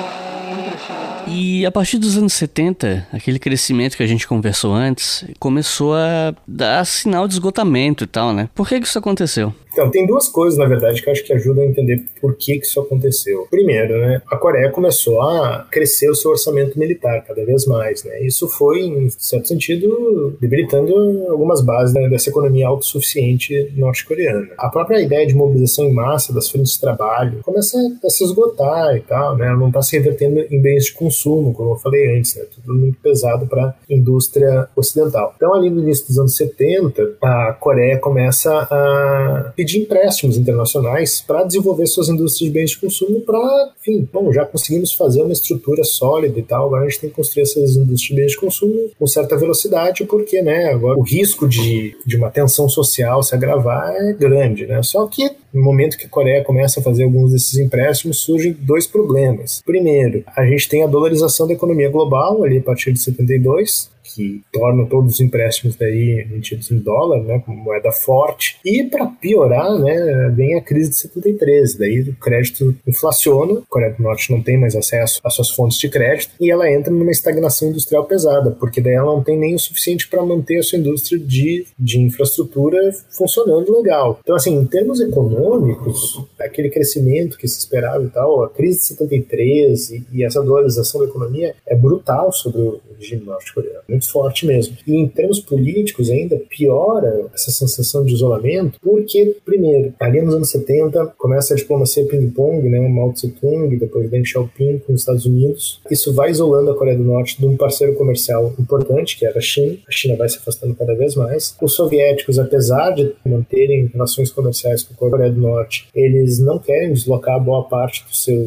E a partir dos anos setenta, aquele crescimento que a gente conversou antes, começou a dar sinal de esgotamento e tal, né? Por que que isso aconteceu? Então, tem duas coisas, na verdade, que eu acho que ajudam a entender por que que isso aconteceu. Primeiro, né, a Coreia começou a crescer o seu orçamento militar cada vez mais, né? Isso foi, em certo sentido, debilitando algumas bases, né, dessa economia autossuficiente norte-coreana. A própria ideia de mobilização em massa das frentes de trabalho começa a se esgotar e tal, né? Ela não está se revertendo em bens de consumo, como eu falei antes, né? Tudo muito pesado para a indústria ocidental. Então, ali no início dos anos setenta, a Coreia começa a pedir de empréstimos internacionais para desenvolver suas indústrias de bens de consumo para, enfim, bom, já conseguimos fazer uma estrutura sólida e tal, agora a gente tem que construir essas indústrias de bens de consumo com certa velocidade, porque, né, agora o risco de, de uma tensão social se agravar é grande, né, só que no momento que a Coreia começa a fazer alguns desses empréstimos, surgem dois problemas. Primeiro, a gente tem a dolarização da economia global, ali a partir de setenta e dois, que tornam todos os empréstimos daí emitidos em dólar, né, como moeda forte. E para piorar, né, vem a crise de setenta e três, daí o crédito inflaciona, a Coreia do Norte não tem mais acesso às suas fontes de crédito e ela entra numa estagnação industrial pesada, porque daí ela não tem nem o suficiente para manter a sua indústria de, de infraestrutura funcionando legal. Então, assim, em termos econômicos, aquele crescimento que se esperava e tal, a crise de setenta e três e, e essa dolarização da economia é brutal sobre o regime norte-coreano, muito forte mesmo. E em termos políticos ainda piora essa sensação de isolamento, porque, primeiro, ali nos anos setenta começa a diplomacia ping-pong, né, Mao Tse-tung, depois Deng Xiaoping com os Estados Unidos. Isso vai isolando a Coreia do Norte de um parceiro comercial importante, que era a China. A China vai se afastando cada vez mais. Os soviéticos, apesar de manterem relações comerciais com a Coreia do Norte, eles não querem deslocar boa parte dos seus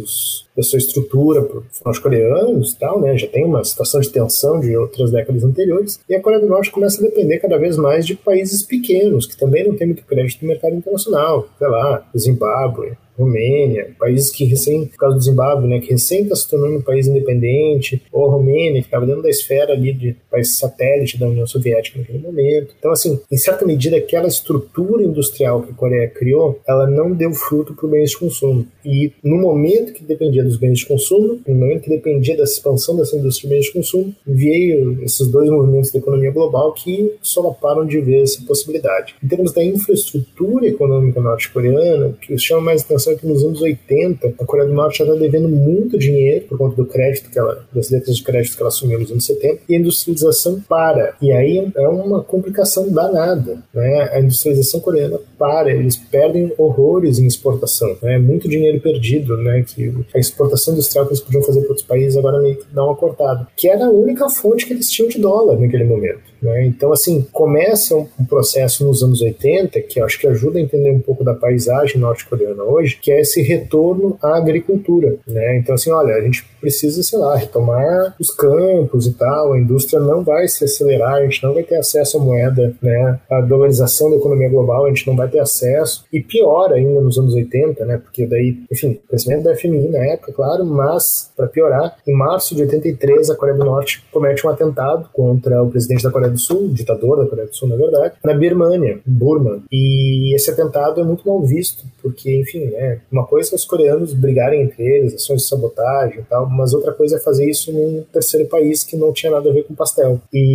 da sua estrutura para os norte-coreanos e tal, né? Já tem uma situação de tensão de outras décadas anteriores, e a Coreia do Norte começa a depender cada vez mais de países pequenos, que também não têm muito crédito no mercado internacional, sei lá, Zimbábue, Romênia, países que recém, por causa do Zimbábue, né, que recém está se tornando um país independente, ou a Romênia, que estava dentro da esfera ali de país satélite da União Soviética naquele momento. Então, assim, em certa medida, aquela estrutura industrial que a Coreia criou, ela não deu fruto para os bens de consumo. E no momento que dependia dos bens de consumo, no momento que dependia da expansão dessa indústria de bens de consumo, veio esses dois movimentos da economia global que solaparam de vez essa possibilidade. Em termos da infraestrutura econômica norte-coreana, o que chama mais atenção é que nos anos oitenta, a Coreia do Norte já está devendo muito dinheiro por conta do crédito que ela, das letras de crédito que ela assumiu nos anos setenta, e a industrialização para. E aí é uma complicação danada, né? A industrialização coreana para, eles perdem horrores em exportação, né? Muito dinheiro perdido, né? Que a exportação industrial que eles podiam fazer para outros países agora meio que dá uma cortada, que era a única fonte que eles tinham de dólar naquele momento, né? Então, assim, começa um processo nos anos oitenta, que eu acho que ajuda a entender um pouco da paisagem norte-coreana hoje, que é esse retorno à agricultura, né? Então, assim, olha, a gente precisa, sei lá, retomar os campos e tal, a indústria não vai se acelerar, a gente não vai ter acesso à moeda, né? A dolarização da economia global, a gente não vai ter acesso, e pior ainda nos anos oitenta, né? Porque daí, enfim, crescimento da F M I na época, claro, mas, para piorar, em março de oitenta e três, a Coreia do Norte comete um atentado contra o presidente da Coreia do Sul, ditador da Coreia do Sul, na verdade, na Birmânia, Burma, e esse atentado é muito mal visto, porque, enfim, é uma coisa é os coreanos brigarem entre eles, ações de sabotagem e tal, mas outra coisa é fazer isso num terceiro país que não tinha nada a ver com pastel.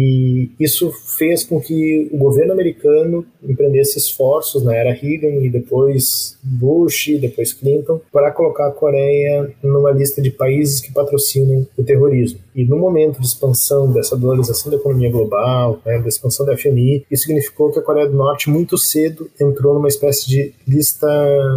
E isso fez com que o governo americano empreendesse esforços na era Reagan e depois Bush e depois Clinton para colocar a Coreia numa lista de países que patrocinam o terrorismo. E no momento de expansão dessa dolarização da economia global, né, da expansão da F M I, isso significou que a Coreia do Norte muito cedo entrou numa espécie de lista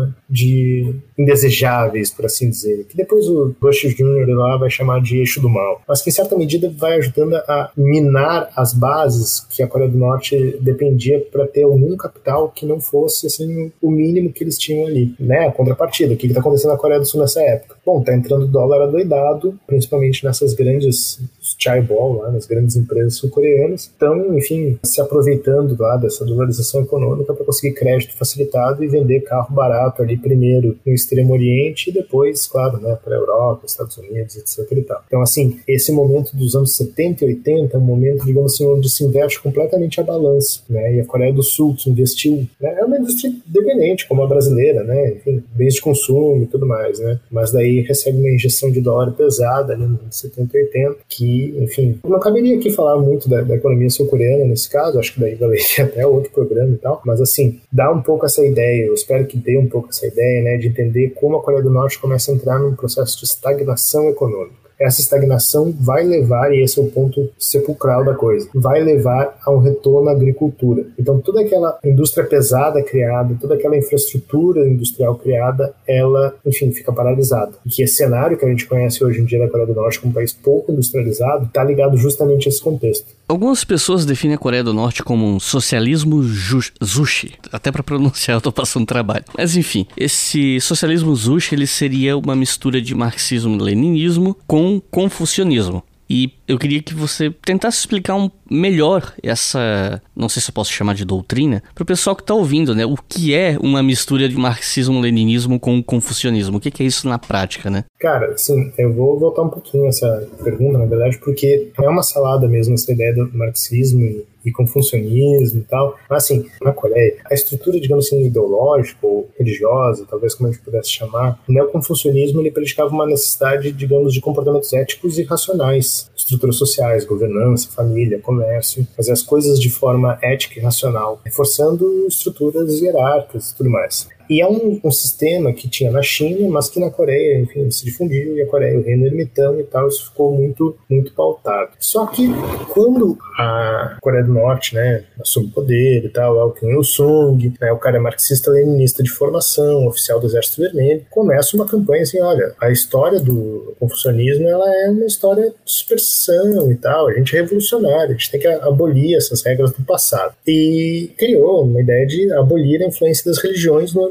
de indesejáveis, por assim dizer, que depois o Bush Júnior lá vai chamar de eixo do mal, mas que em certa medida vai ajudando a minar as bases que a Coreia do Norte dependia para ter algum capital que não fosse assim, o mínimo que eles tinham ali, né? A contrapartida, o que está acontecendo na Coreia do Sul nessa época? Bom, tá entrando dólar adoidado, principalmente nessas grandes chaebol, lá nas grandes empresas sul-coreanas, estão, enfim, se aproveitando lá dessa dolarização econômica para conseguir crédito facilitado e vender carro barato ali primeiro no Extremo Oriente e depois, claro, né, para a Europa, Estados Unidos, etc e tal. Então, assim, esse momento dos anos setenta e oitenta é um momento, digamos assim, onde se inverte completamente a balança, né, e a Coreia do Sul, que investiu, né, é uma indústria dependente, como a brasileira, né, enfim, bens de consumo e tudo mais, né, mas daí recebe uma injeção de dólar pesada ali nos setenta e oitenta, que, enfim, não caberia aqui falar muito da, da economia sul-coreana nesse caso, acho que daí valeria até outro programa e tal, mas assim, dá um pouco essa ideia, eu espero que dê um pouco essa ideia, né, de entender como a Coreia do Norte começa a entrar num processo de estagnação econômica. Essa estagnação vai levar, e esse é o ponto sepulcral da coisa, vai levar a um retorno à agricultura. Então toda aquela indústria pesada criada, toda aquela infraestrutura industrial criada, ela, enfim, fica paralisada. E que esse cenário que a gente conhece hoje em dia da Coreia do Norte como um país pouco industrializado, está ligado justamente a esse contexto. Algumas pessoas definem a Coreia do Norte como um socialismo juche. Até para pronunciar eu tô passando trabalho. Mas enfim, esse socialismo juche, ele seria uma mistura de marxismo-leninismo com confucionismo. E eu queria que você tentasse explicar um melhor essa, não sei se eu posso chamar de doutrina, para o pessoal que está ouvindo, né? O que é uma mistura de marxismo-leninismo com confucionismo? O que, que é isso na prática, né? Cara, sim, eu vou voltar um pouquinho essa pergunta, na verdade, porque é uma salada mesmo essa ideia do marxismo e, e confucionismo e tal. Mas, assim, na Coreia, a estrutura, digamos assim, ideológica ou religiosa, talvez como a gente pudesse chamar, o neoconfucionismo, ele praticava uma necessidade, digamos, de comportamentos éticos e racionais, estruturas sociais, governança, família, comércio, fazer as coisas de forma ética e racional, reforçando estruturas hierárquicas e tudo mais. E é um, um sistema que tinha na China, mas que na Coreia, enfim, se difundiu, e a Coreia, o reino ermitão e tal, isso ficou muito, muito pautado. Só que quando a Coreia do Norte, né, assume o poder e tal, o Kim Il-sung, né, o cara é marxista-leninista de formação, oficial do Exército Vermelho, começa uma campanha assim, olha, a história do confucionismo, ela é uma história de superstição e tal, a gente é revolucionário, a gente tem que abolir essas regras do passado. E criou uma ideia de abolir a influência das religiões no âmbito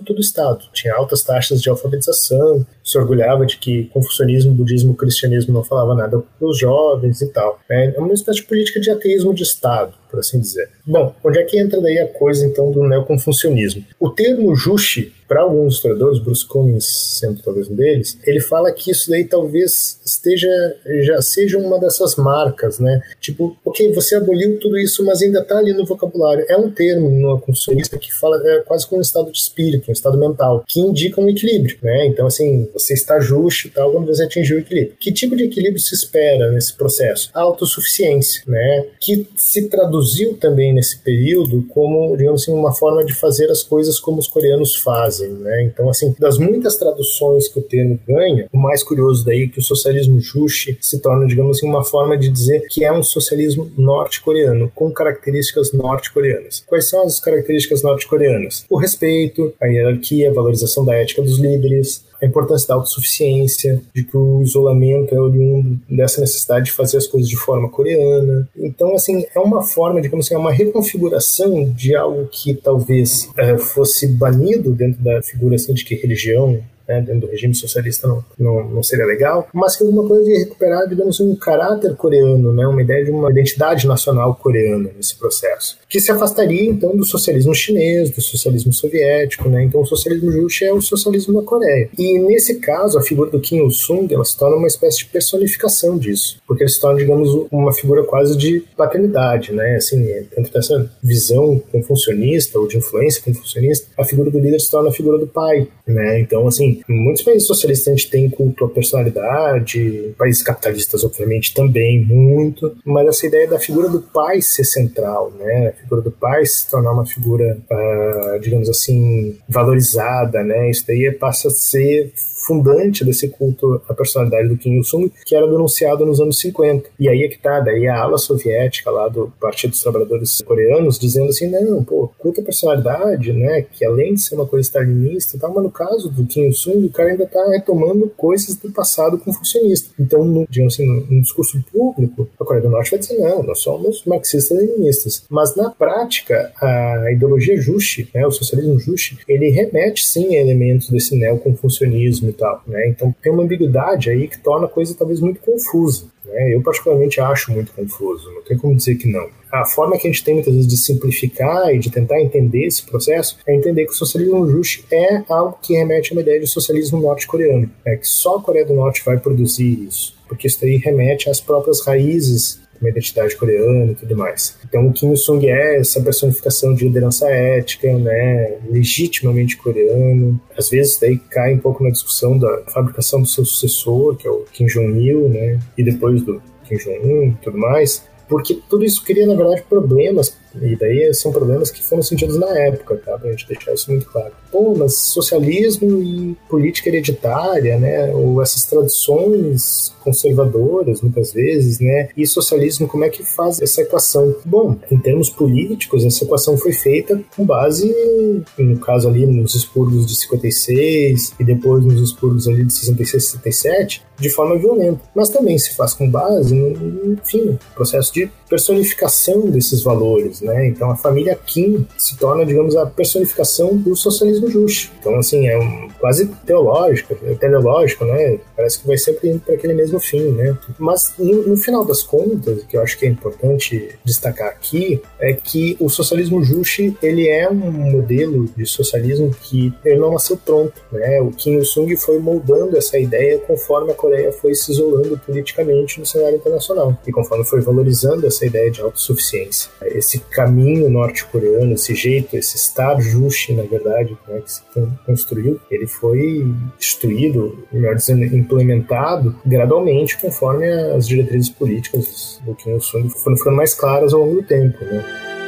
âmbito do Estado. Tinha altas taxas de alfabetização, se orgulhava de que confucionismo, budismo, cristianismo não falava nada para os jovens e tal. É uma espécie de política de ateísmo de Estado, por assim dizer. Bom, onde é que entra daí a coisa, então, do neoconfucionismo? O termo Juche, para alguns historiadores, Bruce Cummings sendo talvez um deles, ele fala que isso daí talvez esteja, já seja uma dessas marcas, né? Tipo, ok, você aboliu tudo isso, mas ainda está ali no vocabulário. É um termo neoconfucionista que fala é, quase como um estado de espírito, um estado mental, que indica um equilíbrio, né? Então, assim, você está justo e tal quando você atingiu o equilíbrio. Que tipo de equilíbrio se espera nesse processo? A autossuficiência, né? Que se traduziu também nesse período como, digamos assim, uma forma de fazer as coisas como os coreanos fazem, né? Então, assim, das muitas traduções que o termo ganha, o mais curioso daí é que o socialismo Juche se torna, digamos assim, uma forma de dizer que é um socialismo norte-coreano, com características norte-coreanas. Quais são as características norte-coreanas? O respeito, a hierarquia, a valorização da ética dos líderes, a importância da autossuficiência, de que o isolamento é oriundo dessa necessidade de fazer as coisas de forma coreana. Então, assim, é uma forma, digamos assim, é uma reconfiguração de algo que talvez é, fosse banido dentro da figura assim, de que religião, né, dentro do regime socialista não, não, não seria legal, mas que alguma coisa de recuperar, digamos, um caráter coreano, né, uma ideia de uma identidade nacional coreana nesse processo, que se afastaria então do socialismo chinês, do socialismo soviético, né, então o socialismo Juche é o socialismo da Coreia. E nesse caso, a figura do Kim Il-sung, ela se torna uma espécie de personificação disso, porque ele se torna, digamos, uma figura quase de paternidade, né, assim, dentro dessa visão confucionista ou de influência confucionista, a figura do líder se torna a figura do pai, né, então, assim, em muitos países socialistas a gente tem culto à personalidade, países capitalistas obviamente também muito, mas essa ideia da figura do pai ser central, né? A figura do pai se tornar uma figura, uh, digamos assim, valorizada, né? Isso daí passa a ser fundante desse culto à personalidade do Kim Il-sung, que era denunciado nos anos cinquenta. E aí é que tá, daí a ala soviética lá do Partido dos Trabalhadores Coreanos dizendo assim, não, pô, culto à personalidade, né, que além de ser uma coisa stalinista e tal, mas no caso do Kim Il-sung, o cara ainda tá retomando coisas do passado confucionista. Então, no, digamos assim, no, no discurso público, a Coreia do Norte vai dizer, não, nós somos marxistas-leninistas. Mas na prática, a ideologia Juche, né, o socialismo Juche, ele remete sim a elementos desse neoconfucionismo e tal, né? Então tem uma ambiguidade aí que torna a coisa talvez muito confusa, né? Eu particularmente acho muito confuso, não tem como dizer que não. A forma que a gente tem muitas vezes de simplificar e de tentar entender esse processo é entender que o socialismo Juche é algo que remete a uma ideia de socialismo norte-coreano, é que só a Coreia do Norte vai produzir isso, porque isso daí remete às próprias raízes uma identidade coreana e tudo mais. Então o Kim Il-sung é essa personificação de liderança ética, né, legitimamente coreano. Às vezes daí cai um pouco na discussão da fabricação do seu sucessor, que é o Kim Jong-il, né, e depois do Kim Jong-un e tudo mais, porque tudo isso cria, na verdade, problemas, e daí são problemas que foram sentidos na época, tá? Pra gente deixar isso muito claro. Pô, mas socialismo e política hereditária, né? Ou essas tradições conservadoras, muitas vezes, né? E socialismo, como é que faz essa equação? Bom, em termos políticos, essa equação foi feita com base, no caso ali, nos expurgos de cinquenta e seis e depois nos expurgos ali de sessenta e seis e sessenta e sete, de forma violenta. Mas também se faz com base no, enfim, processo de personificação desses valores, né? Então a família Kim se torna, digamos, a personificação do socialismo Juche. Então, assim, é um, quase teológico, é teleológico, né? Parece que vai sempre indo para aquele mesmo fim, né? Mas no, no final das contas, o que eu acho que é importante destacar aqui é que o socialismo Juche, ele é um modelo de socialismo que ele não nasceu pronto, né? O Kim Il-sung foi moldando essa ideia conforme a Coreia foi se isolando politicamente no cenário internacional e conforme foi valorizando essa ideia de autossuficiência. Esse caminho norte-coreano, esse jeito, esse Estado Juche, na verdade, né, que se construiu, ele foi instituído, melhor dizendo, implementado gradualmente conforme as diretrizes políticas do Kim Il-sung foram ficando mais claras ao longo do tempo, né?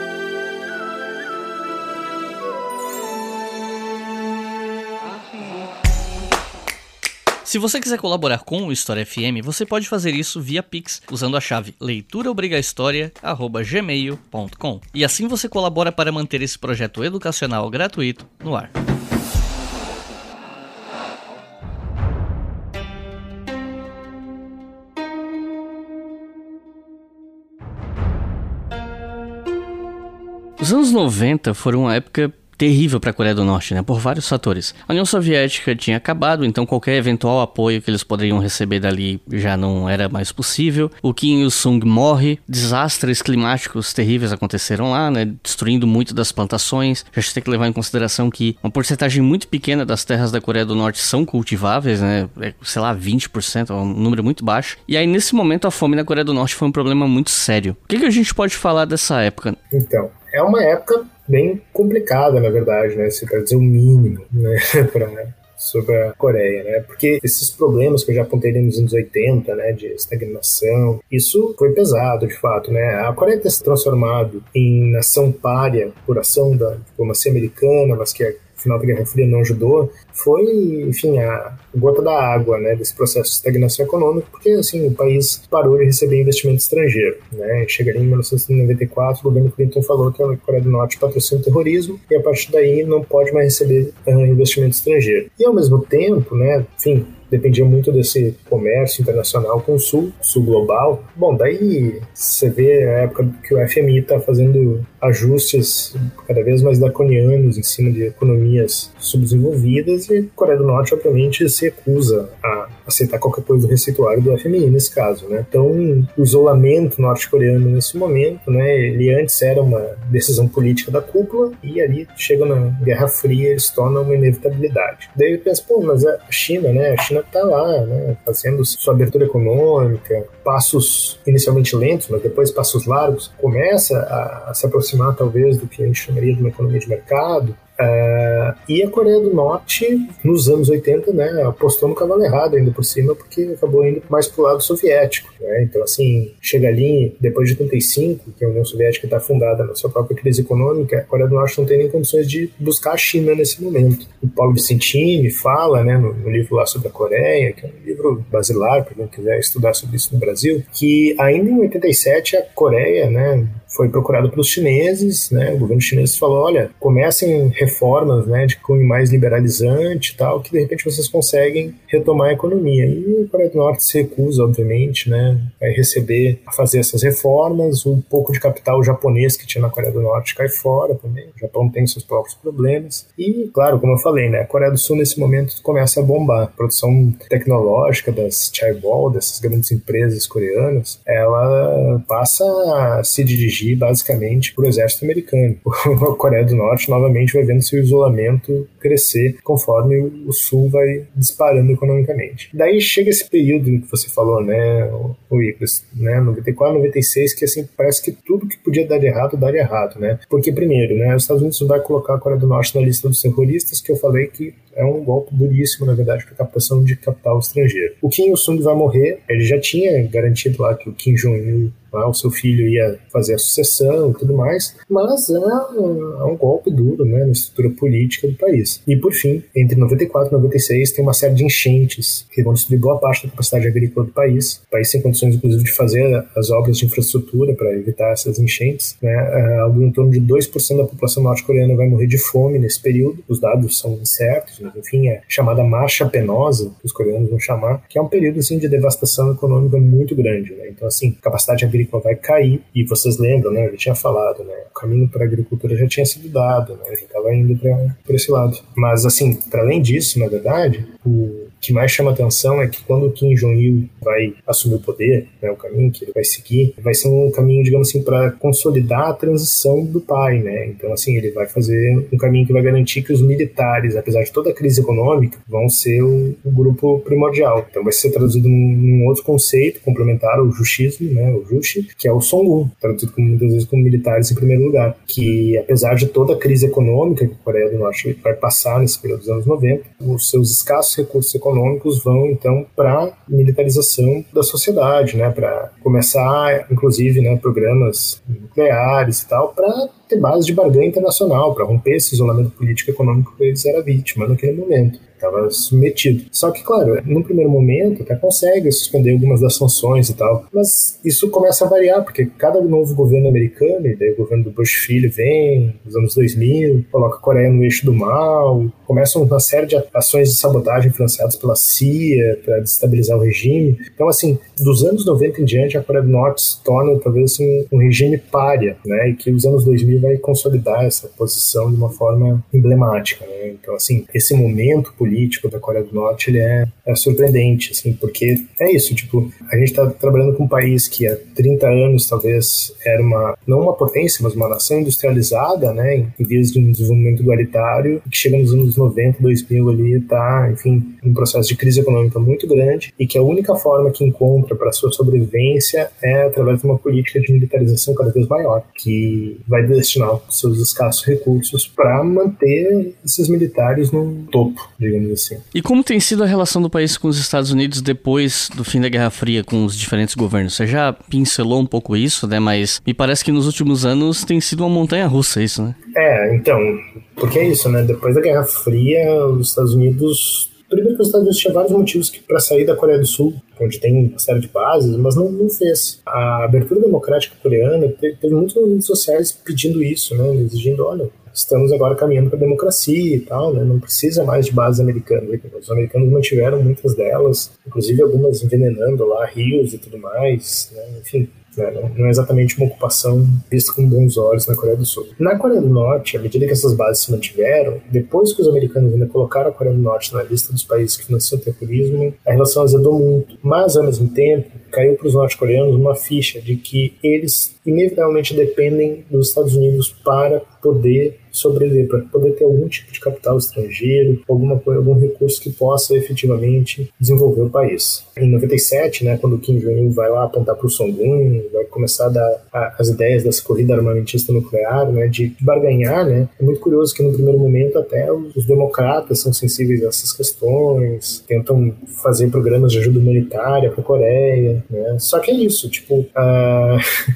Se você quiser colaborar com o História F M, você pode fazer isso via Pix, usando a chave leitura obriga história arroba gmail ponto com. E assim você colabora para manter esse projeto educacional gratuito no ar. Os anos noventa foram uma época terrível para a Coreia do Norte, né, por vários fatores. A União Soviética tinha acabado, então qualquer eventual apoio que eles poderiam receber dali já não era mais possível. O Kim Il-sung morre, desastres climáticos terríveis aconteceram lá, né, destruindo muito das plantações. A gente tem que levar em consideração que uma porcentagem muito pequena das terras da Coreia do Norte são cultiváveis, né, é, sei lá, vinte por cento, é um número muito baixo. E aí, nesse momento, a fome na Coreia do Norte foi um problema muito sério. O que, que a gente pode falar dessa época? Então, é uma época bem complicada, na verdade, né? Se para dizer o mínimo, né? pra, sobre a Coreia, né? Porque esses problemas que eu já apontei nos anos oitenta, né? De estagnação, isso foi pesado, de fato, né? A Coreia ter se transformado em nação pária por ação da diplomacia americana, mas que no final da Guerra Fria não ajudou, foi, enfim, a gota da água, né, desse processo de estagnação econômica, porque, assim, o país parou de receber investimento estrangeiro, né, chegaria em mil novecentos e noventa e quatro, o governo Clinton falou que a Coreia do Norte patrocina o terrorismo e, a partir daí, não pode mais receber uh, investimento estrangeiro. E, ao mesmo tempo, né, enfim, dependia muito desse comércio internacional com o Sul, Sul global. Bom, daí você vê a época que o F M I está fazendo ajustes cada vez mais draconianos em cima de economias subdesenvolvidas, e a Coreia do Norte, obviamente, se recusa a aceitar qualquer coisa do receituário do F M I, nesse caso, né? Então, o isolamento norte-coreano nesse momento, né, ele antes era uma decisão política da cúpula, e ali chega na Guerra Fria, ele se torna uma inevitabilidade. Daí eu penso, pô, mas a China, né, a China está lá, né, fazendo sua abertura econômica, passos inicialmente lentos, mas depois passos largos, começa a, a se aproximar talvez do que a gente chamaria de uma economia de mercado. Uh, e a Coreia do Norte, nos anos oitenta, né, apostou no cavalo errado ainda por cima, porque acabou indo mais pro lado soviético, né? Então, assim, chega ali, depois de oitenta e cinco, que a União Soviética está fundada na sua própria crise econômica, a Coreia do Norte não tem nem condições de buscar a China nesse momento. O Paulo Vicentini fala, né, no, no livro lá sobre a Coreia, que é um livro basilar, para quem quiser estudar sobre isso no Brasil, que ainda em oitenta e sete a Coreia, né, foi procurado pelos chineses, né, o governo chinês falou, olha, comecem reformas, né, de cunho mais liberalizante e tal, que de repente vocês conseguem retomar a economia. E a Coreia do Norte se recusa, obviamente, né, a receber, a fazer essas reformas. Um pouco de capital japonês que tinha na Coreia do Norte cai fora também. O Japão tem seus próprios problemas. E, claro, como eu falei, né, a Coreia do Sul nesse momento começa a bombar. A produção tecnológica das chaebol, dessas grandes empresas coreanas, ela passa a se dirigir basicamente para o exército americano. A Coreia do Norte novamente vai vendo seu isolamento crescer conforme o Sul vai disparando economicamente. Daí chega esse período que você falou, né, o Iclis, né, noventa e quatro, noventa e seis, que assim, parece que tudo que podia dar errado, dar errado, né? Porque primeiro, né, os Estados Unidos vai colocar a Coreia do Norte na lista dos terroristas, que eu falei que é um golpe duríssimo, na verdade, para captação de capital estrangeiro. O Kim Il-sung vai morrer, ele já tinha garantido lá que o Kim Jong-il, lá, o seu filho, ia fazer a sucessão e tudo mais, mas é um, é um golpe duro, né, na estrutura política do país. E, por fim, entre noventa e quatro e noventa e seis, tem uma série de enchentes que vão destruir boa parte da capacidade agrícola do país. O país tem condições, inclusive, de fazer as obras de infraestrutura para evitar essas enchentes, né? Algo em torno de dois por cento da população norte-coreana vai morrer de fome nesse período. Os dados são incertos, mas, enfim, é chamada marcha penosa, que os coreanos vão chamar, que é um período, assim, de devastação econômica muito grande, né? Então, assim, a capacidade agrícola vai cair, e vocês lembram, né, eu já tinha falado, né, o caminho para a agricultura já tinha sido dado, né, já estava indo para esse lado. Mas, assim, para além disso, na verdade, o que mais chama atenção é que quando o Kim Jong-il vai assumir o poder, né, o caminho que ele vai seguir, vai ser um caminho, digamos assim, para consolidar a transição do pai, né? Então, assim, ele vai fazer um caminho que vai garantir que os militares, apesar de toda a crise econômica, vão ser o, o grupo primordial. Então, vai ser traduzido num, num outro conceito complementar ao jushismo, né, o jushi, que é o Songun, traduzido como, muitas vezes como militares em primeiro lugar, que apesar de toda a crise econômica que a Coreia do Norte vai passar nesse período dos anos noventa, os seus escassos recursos econômicos econômicos vão, então, para militarização da sociedade, né, para começar, inclusive, né, programas nucleares e tal, para ter base de barganha internacional, para romper esse isolamento político e econômico que eles eram vítimas naquele momento. estava submetido. Só que, claro, no primeiro momento até consegue suspender algumas das sanções e tal, mas isso começa a variar, porque cada novo governo americano, e daí o governo do Bush filho vem, nos anos dois mil, coloca a Coreia no eixo do mal, começam uma série de ações de sabotagem financiadas pela C I A para desestabilizar o regime. Então, assim, dos anos noventa em diante, a Coreia do Norte se torna talvez assim, um regime pária, né, e que os anos dois mil vai consolidar essa posição de uma forma emblemática, né? Então, assim, esse momento político da Coreia do Norte, ele é, é surpreendente, assim, porque é isso, tipo, a gente está trabalhando com um país que há trinta anos talvez era uma, não uma potência, mas uma nação industrializada, né, em vias de um desenvolvimento igualitário, que chega nos anos noventa, dois mil ali, está, enfim, um processo de crise econômica muito grande, e que a única forma que encontra para sua sobrevivência é através de uma política de militarização cada vez maior, que vai destinar seus escassos recursos para manter esses militares no topo, digamos assim. E como tem sido a relação do país com os Estados Unidos depois do fim da Guerra Fria com os diferentes governos? Você já pincelou um pouco isso, né? Mas me parece que nos últimos anos tem sido uma montanha-russa isso, né? É, então, porque é isso, né? Depois da Guerra Fria, os Estados Unidos... Primeiro que os Estados Unidos tinha vários motivos para sair da Coreia do Sul, onde tem uma série de bases, mas não, não fez. A abertura democrática coreana teve, teve muitos movimentos sociais pedindo isso, né? Exigindo, olha, estamos agora caminhando para a democracia e tal, né? Não precisa mais de bases americanas. Os americanos mantiveram muitas delas, inclusive algumas envenenando lá rios e tudo mais, né? Enfim... Não é exatamente uma ocupação vista com bons olhos na Coreia do Sul. Na Coreia do Norte, à medida que essas bases se mantiveram, depois que os americanos ainda colocaram a Coreia do Norte na lista dos países que financiam o terrorismo, a relação azedou muito. Mas, ao mesmo tempo, caiu para os norte-coreanos uma ficha de que eles inevitavelmente dependem dos Estados Unidos para poder sobreviver, para poder ter algum tipo de capital estrangeiro, alguma, algum recurso que possa efetivamente desenvolver o país. Em noventa e sete, né, quando o Kim Jong-un vai lá apontar para o Songun, vai começar a dar a, as ideias dessa corrida armamentista nuclear, né, de barganhar, né, é muito curioso que no primeiro momento até os, os democratas são sensíveis a essas questões, tentam fazer programas de ajuda humanitária para a Coreia, né, só que é isso, tipo, a...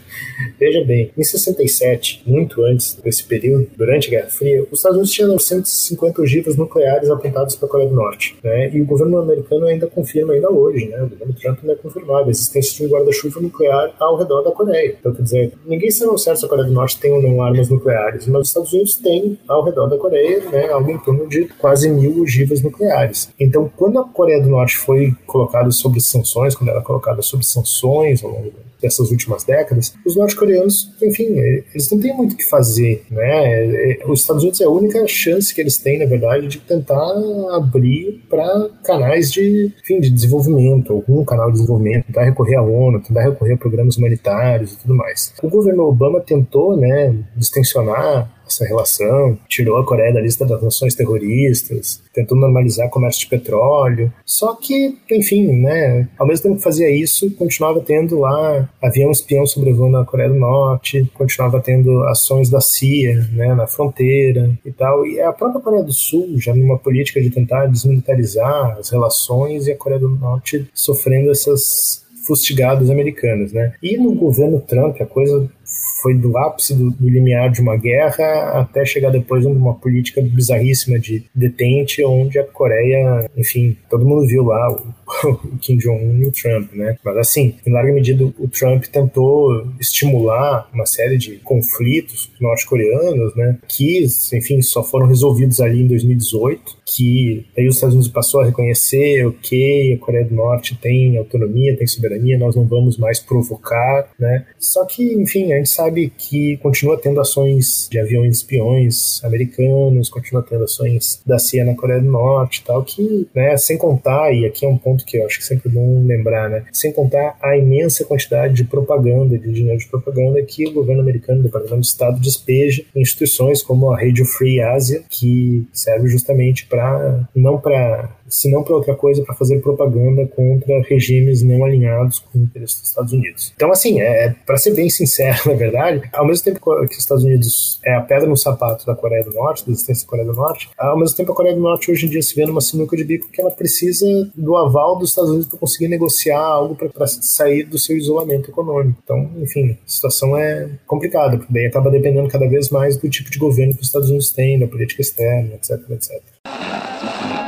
veja bem, em sessenta e sete, muito antes desse período, durante a Guerra Fria, os Estados Unidos tinham novecentas e cinquenta ogivas nucleares apontadas para a Coreia do Norte, né? E o governo americano ainda confirma, ainda hoje, né? O governo Trump ainda confirmava a existência de um guarda-chuva nuclear ao redor da Coreia. Então, quer dizer, ninguém sabe ao certo se a Coreia do Norte tem ou não armas nucleares, mas os Estados Unidos têm ao redor da Coreia, né, algo em torno de quase mil ogivas nucleares. Então, quando a Coreia do Norte foi colocada sob sanções, quando ela é colocada sob sanções ao longo dessas últimas décadas, os norte-coreanos, enfim, eles não têm muito o que fazer, né? Os Estados Unidos é a única chance que eles têm, na verdade, de tentar abrir para canais de, enfim, de desenvolvimento, algum canal de desenvolvimento, tentar recorrer à ONU, tentar recorrer a programas humanitários e tudo mais. O governo Obama tentou, né, distensionar essa relação, tirou a Coreia da lista das nações terroristas, tentou normalizar o comércio de petróleo, só que, enfim, né, ao mesmo tempo que fazia isso, continuava tendo lá avião espião sobrevoando a Coreia do Norte, continuava tendo ações da C I A, né, na fronteira e tal, e a própria Coreia do Sul, já numa política de tentar desmilitarizar as relações, e a Coreia do Norte sofrendo essas fustigadas americanas, né, e no governo Trump a coisa foi do ápice do, do limiar de uma guerra até chegar depois numa política bizarríssima de detente, onde a Coreia, enfim, todo mundo viu lá o, o Kim Jong-un e o Trump, né? Mas assim, em larga medida, o Trump tentou estimular uma série de conflitos norte-coreanos, né? Que, enfim, só foram resolvidos ali em dois mil e dezoito, que aí os Estados Unidos passou a reconhecer, ok, a Coreia do Norte tem autonomia, tem soberania, nós não vamos mais provocar, né? Só que, enfim, a gente sabe que continua tendo ações de aviões espiões americanos, continua tendo ações da C I A na Coreia do Norte e tal, que, né, sem contar, e aqui é um ponto que eu acho que sempre é bom lembrar, né, sem contar a imensa quantidade de propaganda, de dinheiro de propaganda que o governo americano, o Departamento de Estado, despeja em instituições como a Radio Free Asia, que serve justamente para, não para, se não para outra coisa, para fazer propaganda contra regimes não alinhados com o interesse dos Estados Unidos. Então, assim, é, para ser bem sincero, na verdade, ao mesmo tempo que os Estados Unidos é a pedra no sapato da Coreia do Norte, da existência da Coreia do Norte, ao mesmo tempo a Coreia do Norte hoje em dia se vê numa sinuca de bico que ela precisa do aval dos Estados Unidos para conseguir negociar algo para sair do seu isolamento econômico. Então, enfim, a situação é complicada, porque daí acaba dependendo cada vez mais do tipo de governo que os Estados Unidos têm, da política externa, etc, etcétera.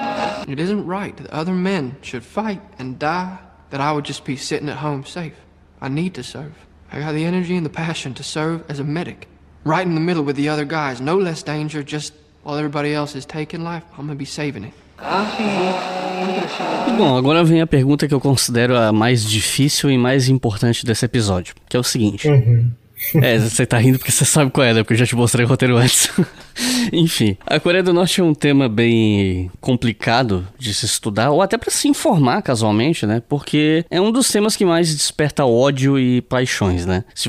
It isn't right that other men should fight and die, that I would just be sitting at home safe. I need to serve. I got the energy and the passion to serve as a medic. Right in the middle with the other guys, no less danger, just while everybody else is taking life, I'm gonna be saving it. Bom, agora vem a pergunta que eu considero a mais difícil e mais importante desse episódio, que é o seguinte. Uhum. É, você tá rindo porque você sabe qual é, né? Porque eu já te mostrei o roteiro antes. Enfim, a Coreia do Norte é um tema bem complicado de se estudar, ou até pra se informar casualmente, né? Porque é um dos temas que mais desperta ódio e paixões, né? Se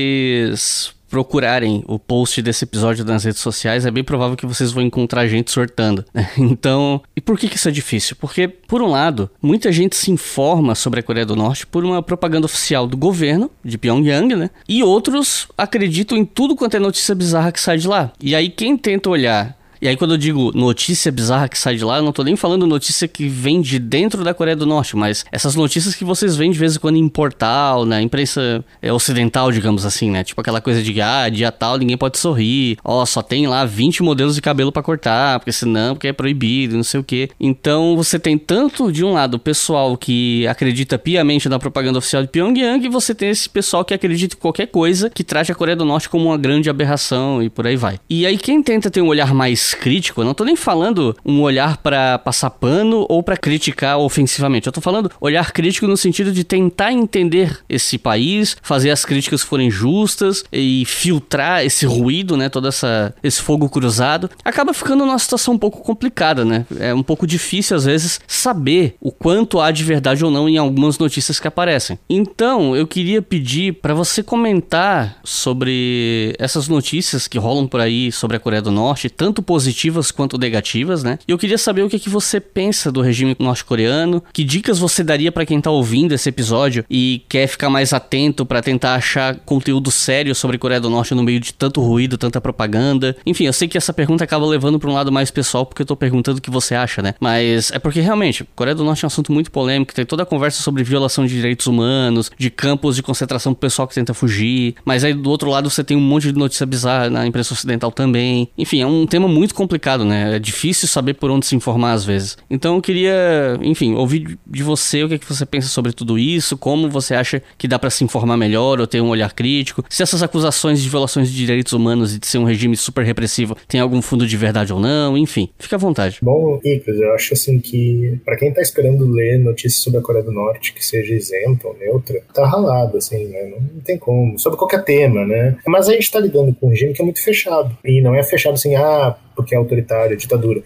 vocês procurarem o post desse episódio nas redes sociais, é bem provável que vocês vão encontrar gente sortando, né? Então, e por que que isso é difícil? Porque, por um lado, muita gente se informa sobre a Coreia do Norte por uma propaganda oficial do governo de Pyongyang, né? E outros acreditam em tudo quanto é notícia bizarra que sai de lá. E aí quem tenta olhar... E aí quando eu digo notícia bizarra que sai de lá, eu não tô nem falando notícia que vem de dentro da Coreia do Norte, mas essas notícias que vocês veem de vez em quando em portal, na imprensa é, ocidental, digamos assim, né? Tipo aquela coisa de, ah, dia tal, ninguém pode sorrir, ó, só tem lá vinte modelos de cabelo pra cortar, porque senão, porque é proibido, não sei o quê. Então você tem tanto, de um lado, o pessoal que acredita piamente na propaganda oficial de Pyongyang, e você tem esse pessoal que acredita em qualquer coisa que trate a Coreia do Norte como uma grande aberração e por aí vai. E aí quem tenta ter um olhar mais crítico, eu não tô nem falando um olhar pra passar pano ou pra criticar ofensivamente, eu tô falando olhar crítico no sentido de tentar entender esse país, fazer as críticas que forem justas e filtrar esse ruído, né, todo essa, esse fogo cruzado, acaba ficando numa situação um pouco complicada, né, é um pouco difícil às vezes saber o quanto há de verdade ou não em algumas notícias que aparecem. Então, eu queria pedir pra você comentar sobre essas notícias que rolam por aí sobre a Coreia do Norte, tanto positivas positivas quanto negativas, né? E eu queria saber o que, que você pensa do regime norte-coreano, que dicas você daria pra quem tá ouvindo esse episódio e quer ficar mais atento pra tentar achar conteúdo sério sobre a Coreia do Norte no meio de tanto ruído, tanta propaganda. Enfim, eu sei que essa pergunta acaba levando pra um lado mais pessoal porque eu tô perguntando o que você acha, né? Mas é porque realmente, a Coreia do Norte é um assunto muito polêmico, tem toda a conversa sobre violação de direitos humanos, de campos de concentração pro pessoal que tenta fugir, mas aí do outro lado você tem um monte de notícia bizarra na imprensa ocidental também. Enfim, é um tema muito complicado, né? É difícil saber por onde se informar às vezes. Então eu queria, enfim, ouvir de você o que, é que você pensa sobre tudo isso, como você acha que dá pra se informar melhor ou ter um olhar crítico, se essas acusações de violações de direitos humanos e de ser um regime super repressivo tem algum fundo de verdade ou não, enfim, fica à vontade. Bom, Icas, eu acho assim que pra quem tá esperando ler notícias sobre a Coreia do Norte que seja isenta ou neutra, tá ralado, assim, né? Não, não tem como, sobre qualquer tema, né? Mas a gente tá lidando com um regime que é muito fechado, e não é fechado assim, ah, porque é autoritário, ditadura.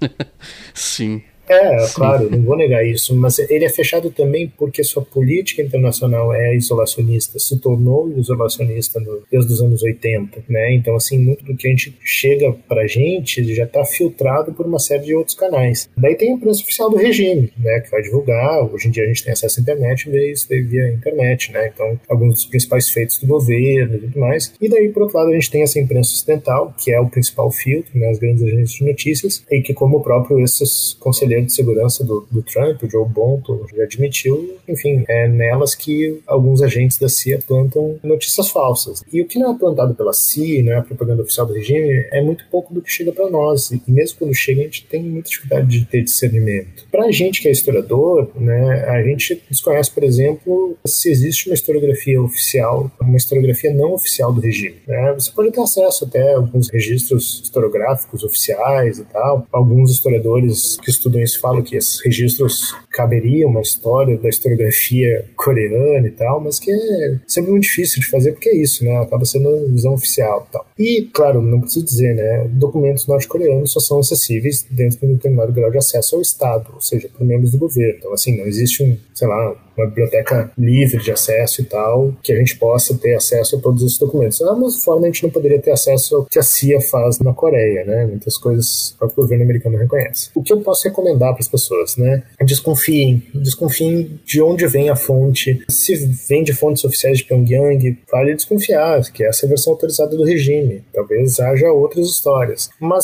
Sim. É, Sim. Claro, não vou negar isso, mas ele é fechado também porque sua política internacional é isolacionista, se tornou isolacionista no, desde os anos oitenta, né? Então, assim, muito do que a gente chega pra gente já está filtrado por uma série de outros canais. Daí tem a imprensa oficial do regime, né, que vai divulgar. Hoje em dia a gente tem acesso à internet e vê isso via internet, né? Então, alguns dos principais feitos do governo e tudo mais. E daí, por outro lado, a gente tem essa imprensa ocidental, que é o principal filtro, né, as grandes agências de notícias, e que, como o próprio esses conselheiros de segurança do, do Trump, o Joe Bolton, já admitiu, enfim, é nelas que alguns agentes da C I A plantam notícias falsas. E o que não é plantado pela C I A, né, a propaganda oficial do regime, é muito pouco do que chega para nós. E mesmo quando chega, a gente tem muita dificuldade de ter discernimento. Para a gente que é historiador, né, a gente desconhece, por exemplo, se existe uma historiografia oficial, uma historiografia não oficial do regime, né? Você pode ter acesso até a alguns registros historiográficos oficiais e tal. Alguns historiadores que estudam isso falam que esses registros caberiam uma história da historiografia coreana e tal, mas que é sempre muito difícil de fazer porque é isso, né? Acaba sendo uma visão oficial e tal. E, claro, não preciso dizer, né? Documentos norte-coreanos só são acessíveis dentro de um determinado grau de acesso ao Estado, ou seja, por membros do governo. Então, assim, não existe um, sei lá, uma biblioteca livre de acesso e tal, que a gente possa ter acesso a todos esses documentos. Da mesma forma, a gente não poderia ter acesso ao que a C I A faz na Coreia, né? Muitas coisas o próprio governo americano reconhece. O que eu posso recomendar para as pessoas, né? Desconfiem, desconfiem de onde vem a fonte. Se vem de fontes oficiais de Pyongyang, vale desconfiar, que essa é a versão autorizada do regime. Talvez haja outras histórias. Mas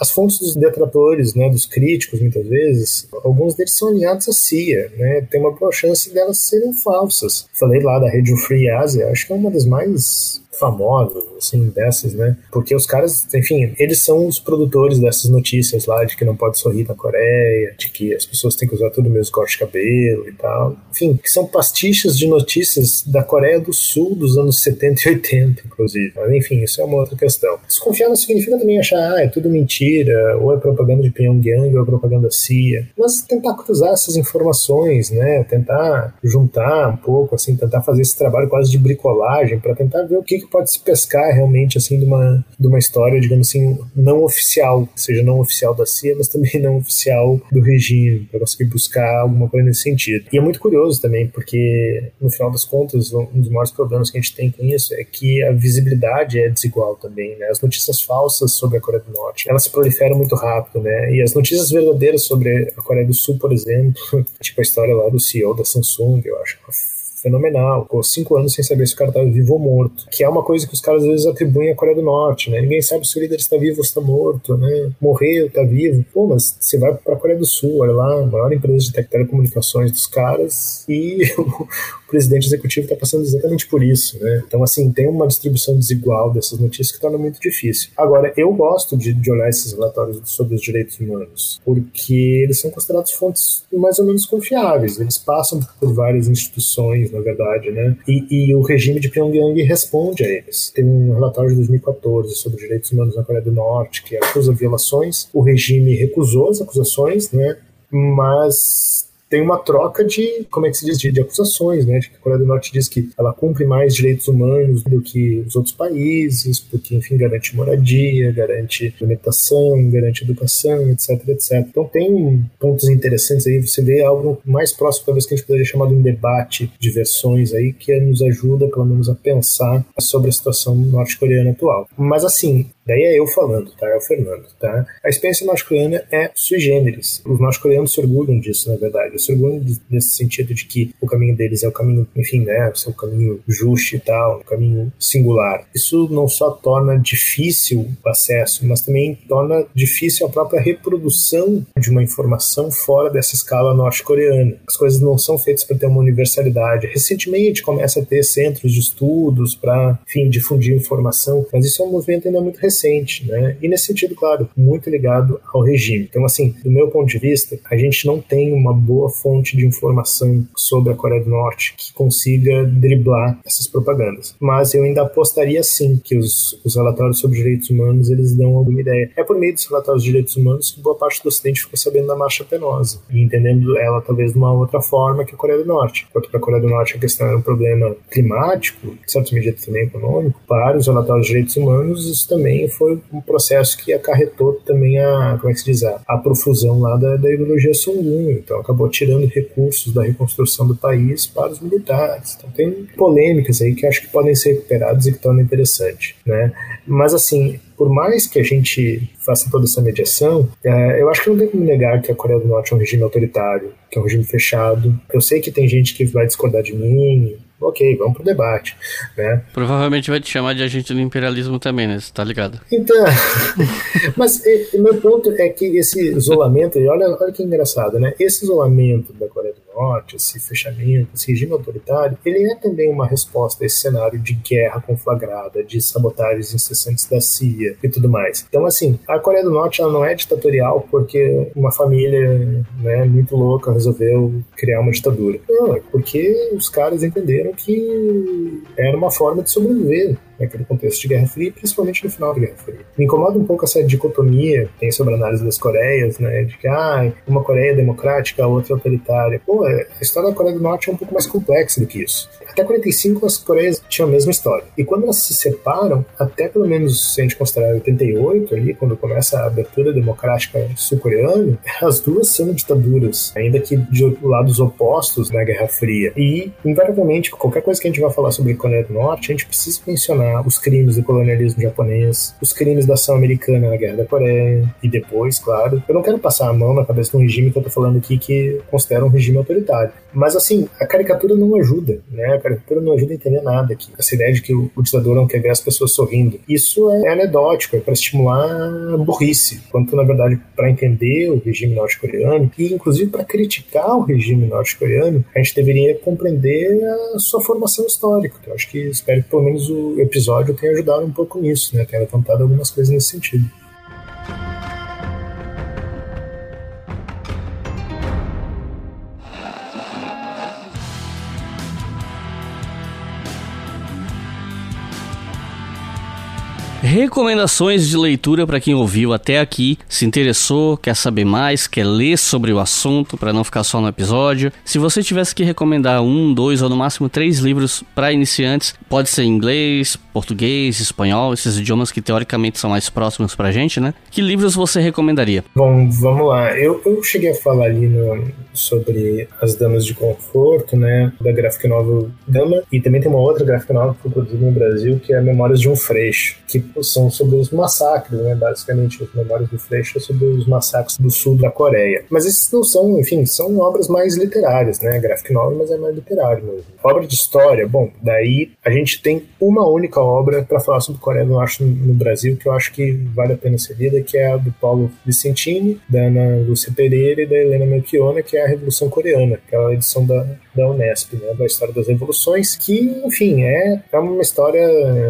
as fontes dos detratores, né, dos críticos, muitas vezes, alguns deles são alinhados à C I A, né, tem uma boa chance delas serem falsas. Falei lá da rede Free Asia, acho que é uma das mais famosas, assim, dessas, né? Porque os caras, enfim, eles são os produtores dessas notícias lá de que não pode sorrir na Coreia, de que as pessoas têm que usar tudo o mesmo corte de cabelo e tal. Enfim, que são pastiches de notícias da Coreia do Sul dos anos setenta e oitenta, inclusive. Mas, enfim, isso é uma outra questão. Desconfiar não significa também achar, ah, é tudo mentira, ou é propaganda de Pyongyang, ou é propaganda C I A. Mas tentar cruzar essas informações, né? Tentar juntar um pouco, assim, tentar fazer esse trabalho quase de bricolagem para tentar ver o que que pode se pescar realmente assim de uma, de uma história, digamos assim, não oficial, seja não oficial da C I A, mas também não oficial do regime, para conseguir buscar alguma coisa nesse sentido. E é muito curioso também, porque no final das contas, um dos maiores problemas que a gente tem com isso é que a visibilidade é desigual também, né? As notícias falsas sobre a Coreia do Norte, elas se proliferam muito rápido, né? E as notícias verdadeiras sobre a Coreia do Sul, por exemplo, tipo a história lá do C E O da Samsung, eu acho fenomenal, ficou cinco anos sem saber se o cara estava vivo ou morto, que é uma coisa que os caras às vezes atribuem à Coreia do Norte, né? Ninguém sabe se o líder está vivo ou está morto, né? Morreu, está vivo. Pô, mas você vai para a Coreia do Sul, olha lá, a maior empresa de telecomunicações dos caras, e o presidente executivo está passando exatamente por isso, né? Então, assim, tem uma distribuição desigual dessas notícias que torna muito difícil. Agora, eu gosto de, de olhar esses relatórios sobre os direitos humanos, porque eles são considerados fontes mais ou menos confiáveis, eles passam por várias instituições, na verdade, né? E, e o regime de Pyongyang responde a eles. Tem um relatório de dois mil e quatorze sobre os direitos humanos na Coreia do Norte que acusa violações. O regime recusou as acusações, né? Mas tem uma troca de, como é que se diz, de, de acusações, né? De que a Coreia do Norte diz que ela cumpre mais direitos humanos do que os outros países, porque, enfim, garante moradia, garante alimentação, garante educação, etc, etcétera. Então tem pontos interessantes aí, você vê algo mais próximo, talvez, que a gente poderia chamar de um debate de versões aí, que nos ajuda, pelo menos, a pensar sobre a situação norte-coreana atual. Mas, assim, daí é eu falando, tá? É o Fernando, tá? A experiência norte-coreana é sui generis. Os norte-coreanos se orgulham disso, na verdade. Se orgulham nesse sentido de que o caminho deles é o caminho, enfim, né? É o caminho justo e tal, o caminho singular. Isso não só torna difícil o acesso, mas também torna difícil a própria reprodução de uma informação fora dessa escala norte-coreana. As coisas não são feitas para ter uma universalidade. Recentemente começa a ter centros de estudos para, enfim, difundir informação, mas isso é um movimento ainda muito recente, né? E nesse sentido, claro, muito ligado ao regime. Então, assim, do meu ponto de vista, a gente não tem uma boa fonte de informação sobre a Coreia do Norte que consiga driblar essas propagandas. Mas eu ainda apostaria, sim, que os, os relatórios sobre direitos humanos, eles dão alguma ideia. É por meio dos relatórios de direitos humanos que boa parte do Ocidente ficou sabendo da Marcha Penosa e entendendo ela, talvez, de uma outra forma que a Coreia do Norte. Enquanto para a Coreia do Norte a questão era um problema climático, em certa medida também econômico, para os relatórios de direitos humanos, isso também foi um processo que acarretou também a, como é que se diz, a profusão lá da, da ideologia Songun. Então acabou tirando recursos da reconstrução do país para os militares. Então tem polêmicas aí que acho que podem ser recuperadas e que tornam interessante, né? Mas assim, por mais que a gente faça toda essa mediação, é, eu acho que não tem como negar que a Coreia do Norte é um regime autoritário, que é um regime fechado. Eu sei que tem gente que vai discordar de mim. Ok, vamos pro debate, né? Provavelmente vai te chamar de agente do imperialismo também, né? Você tá ligado? Então, mas o meu ponto é que esse isolamento, e olha, olha que engraçado, né? Esse isolamento da Coreia do Norte, esse fechamento, esse regime autoritário, ele é também uma resposta a esse cenário de guerra conflagrada, de sabotagens incessantes da C I A e tudo mais. Então, assim, a Coreia do Norte ela não é ditatorial porque uma família, né, muito louca resolveu criar uma ditadura. Não, é porque os caras entenderam que era uma forma de sobreviver naquele contexto de Guerra Fria, principalmente no final da Guerra Fria. Me incomoda um pouco essa dicotomia que tem sobre a análise das Coreias, né, de que ah, uma Coreia democrática, a outra autoritária. Pô, a história da Coreia do Norte é um pouco mais complexa do que isso. Até quarenta e cinco as Coreias tinham a mesma história. E quando elas se separam, até pelo menos se a gente considerar oitenta e oito ali, quando começa a abertura democrática sul-coreana, as duas são ditaduras, ainda que de lados opostos na Guerra Fria. E, invariavelmente, qualquer coisa que a gente vai falar sobre a Coreia do Norte, a gente precisa mencionar examinar os crimes do colonialismo japonês, os crimes da ação americana na Guerra da Coreia, e depois, claro, eu não quero passar a mão na cabeça de um regime que eu tô falando aqui que considera um regime autoritário. Mas assim, a caricatura não ajuda, né? A caricatura não ajuda a entender nada aqui. Essa ideia de que o, o ditador não quer ver as pessoas sorrindo. Isso é anedótico, é para estimular a burrice, quanto na verdade para entender o regime norte-coreano e inclusive para criticar o regime norte-coreano, a gente deveria compreender a sua formação histórica. Eu acho que espero que pelo menos o episódio tenha ajudado um pouco nisso, né? Tenha levantado algumas coisas nesse sentido. Recomendações de leitura para quem ouviu até aqui, se interessou, quer saber mais, quer ler sobre o assunto para não ficar só no episódio. Se você tivesse que recomendar um, dois ou no máximo três livros para iniciantes, pode ser inglês, português, espanhol, esses idiomas que teoricamente são mais próximos pra gente, né? Que livros você recomendaria? Bom, vamos lá. Eu, eu cheguei a falar ali no, sobre As Damas de Conforto, né? Da graphic novel Dama, e também tem uma outra graphic novel que foi produzida no Brasil, que é Memórias de um Freixo, que são sobre os massacres, né? Basicamente, as Memórias do Freixo é sobre os massacres do sul da Coreia. Mas esses não são, enfim, são obras mais literárias, né? Graphic novel, mas é mais literário mesmo. Obra de história, bom, daí a gente tem uma única obra para falar sobre Coreia do Norte no, no Brasil, que eu acho que vale a pena ser lida, que é a do Paulo Vicentini, da Ana Lúcia Pereira e da Helena Melchiona, que é a Revolução Coreana, que é a edição da, da Unesp, né? Da História das Revoluções, que, enfim, é, é uma história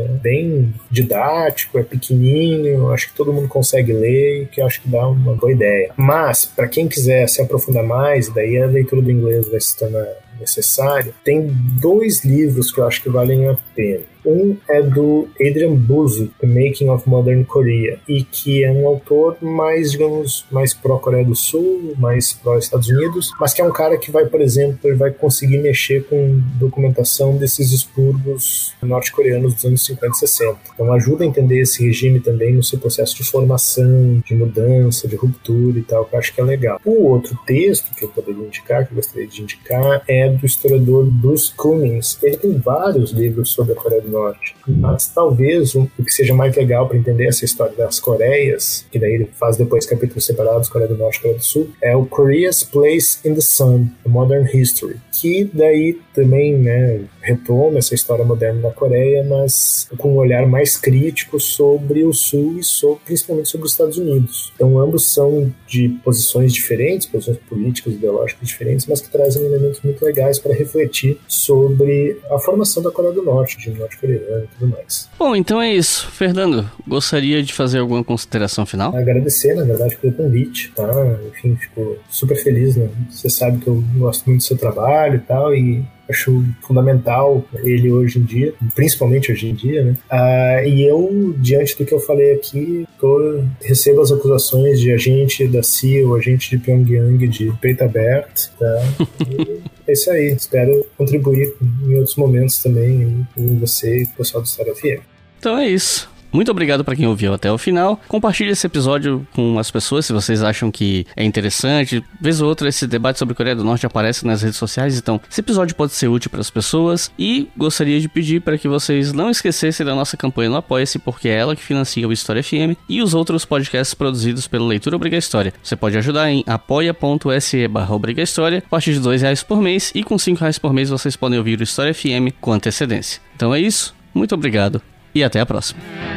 bem didática, é pequenininho, acho que todo mundo consegue ler, que eu acho que dá uma boa ideia. Mas, para quem quiser se aprofundar mais, daí a leitura do inglês vai se tornar necessária, tem dois livros que eu acho que valem a pena. Um é do Adrian Buzzo, The Making of Modern Korea, e que é um autor mais, digamos, mais pró-Coreia do Sul, mais pró-Estados Unidos, mas que é um cara que vai, por exemplo, ele vai conseguir mexer com documentação desses expurgos norte-coreanos dos anos cinquenta e sessenta. Então ajuda a entender esse regime também no seu processo de formação, de mudança, de ruptura e tal, que eu acho que é legal. O outro texto que eu poderia indicar, que eu gostaria de indicar, é do historiador Bruce Cummings. Ele tem vários livros sobre a Coreia do Norte, mas talvez o que seja mais legal para entender essa história das Coreias, que daí ele faz depois capítulos separados, Coreia do Norte e Coreia do Sul, é o Korea's Place in the Sun, A Modern History, que daí também, né, retoma essa história moderna da Coreia, mas com um olhar mais crítico sobre o Sul e sobre, principalmente sobre os Estados Unidos. Então ambos são de posições diferentes, posições políticas, ideológicas diferentes, mas que trazem elementos muito legais para refletir sobre a formação da Coreia do Norte, de norte-coreano e tudo mais. Bom, então é isso. Fernando, gostaria de fazer alguma consideração final? Agradecer, na verdade, pelo convite, tá? Enfim, fico super feliz, né? Você sabe que eu gosto muito do seu trabalho e tal, e acho fundamental ele hoje em dia, principalmente hoje em dia, né? Ah, e eu, diante do que eu falei aqui, tô, recebo as acusações de agente da C I A ou agente de Pyongyang de peito aberto, tá? E é isso aí. Espero contribuir em outros momentos também com você e com o pessoal do História F M. Então é isso. Muito obrigado para quem ouviu até o final. Compartilhe esse episódio com as pessoas se vocês acham que é interessante. Vez ou outra esse debate sobre Coreia do Norte aparece nas redes sociais, então esse episódio pode ser útil para as pessoas. E gostaria de pedir para que vocês não esquecessem da nossa campanha no Apoia-se, porque é ela que financia o História F M e os outros podcasts produzidos pelo Leitura Obriga História. Você pode ajudar em apoia.se barra Obriga História a partir de dois reais por mês, e com cinco reais por mês vocês podem ouvir o História F M com antecedência. Então é isso, muito obrigado e até a próxima.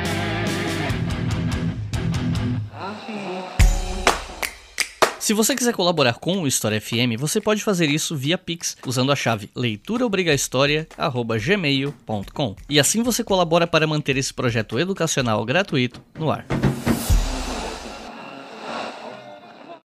Se você quiser colaborar com o História F M, você pode fazer isso via Pix, usando a chave leitura obriga história arroba gmail ponto com. E assim você colabora para manter esse projeto educacional gratuito no ar.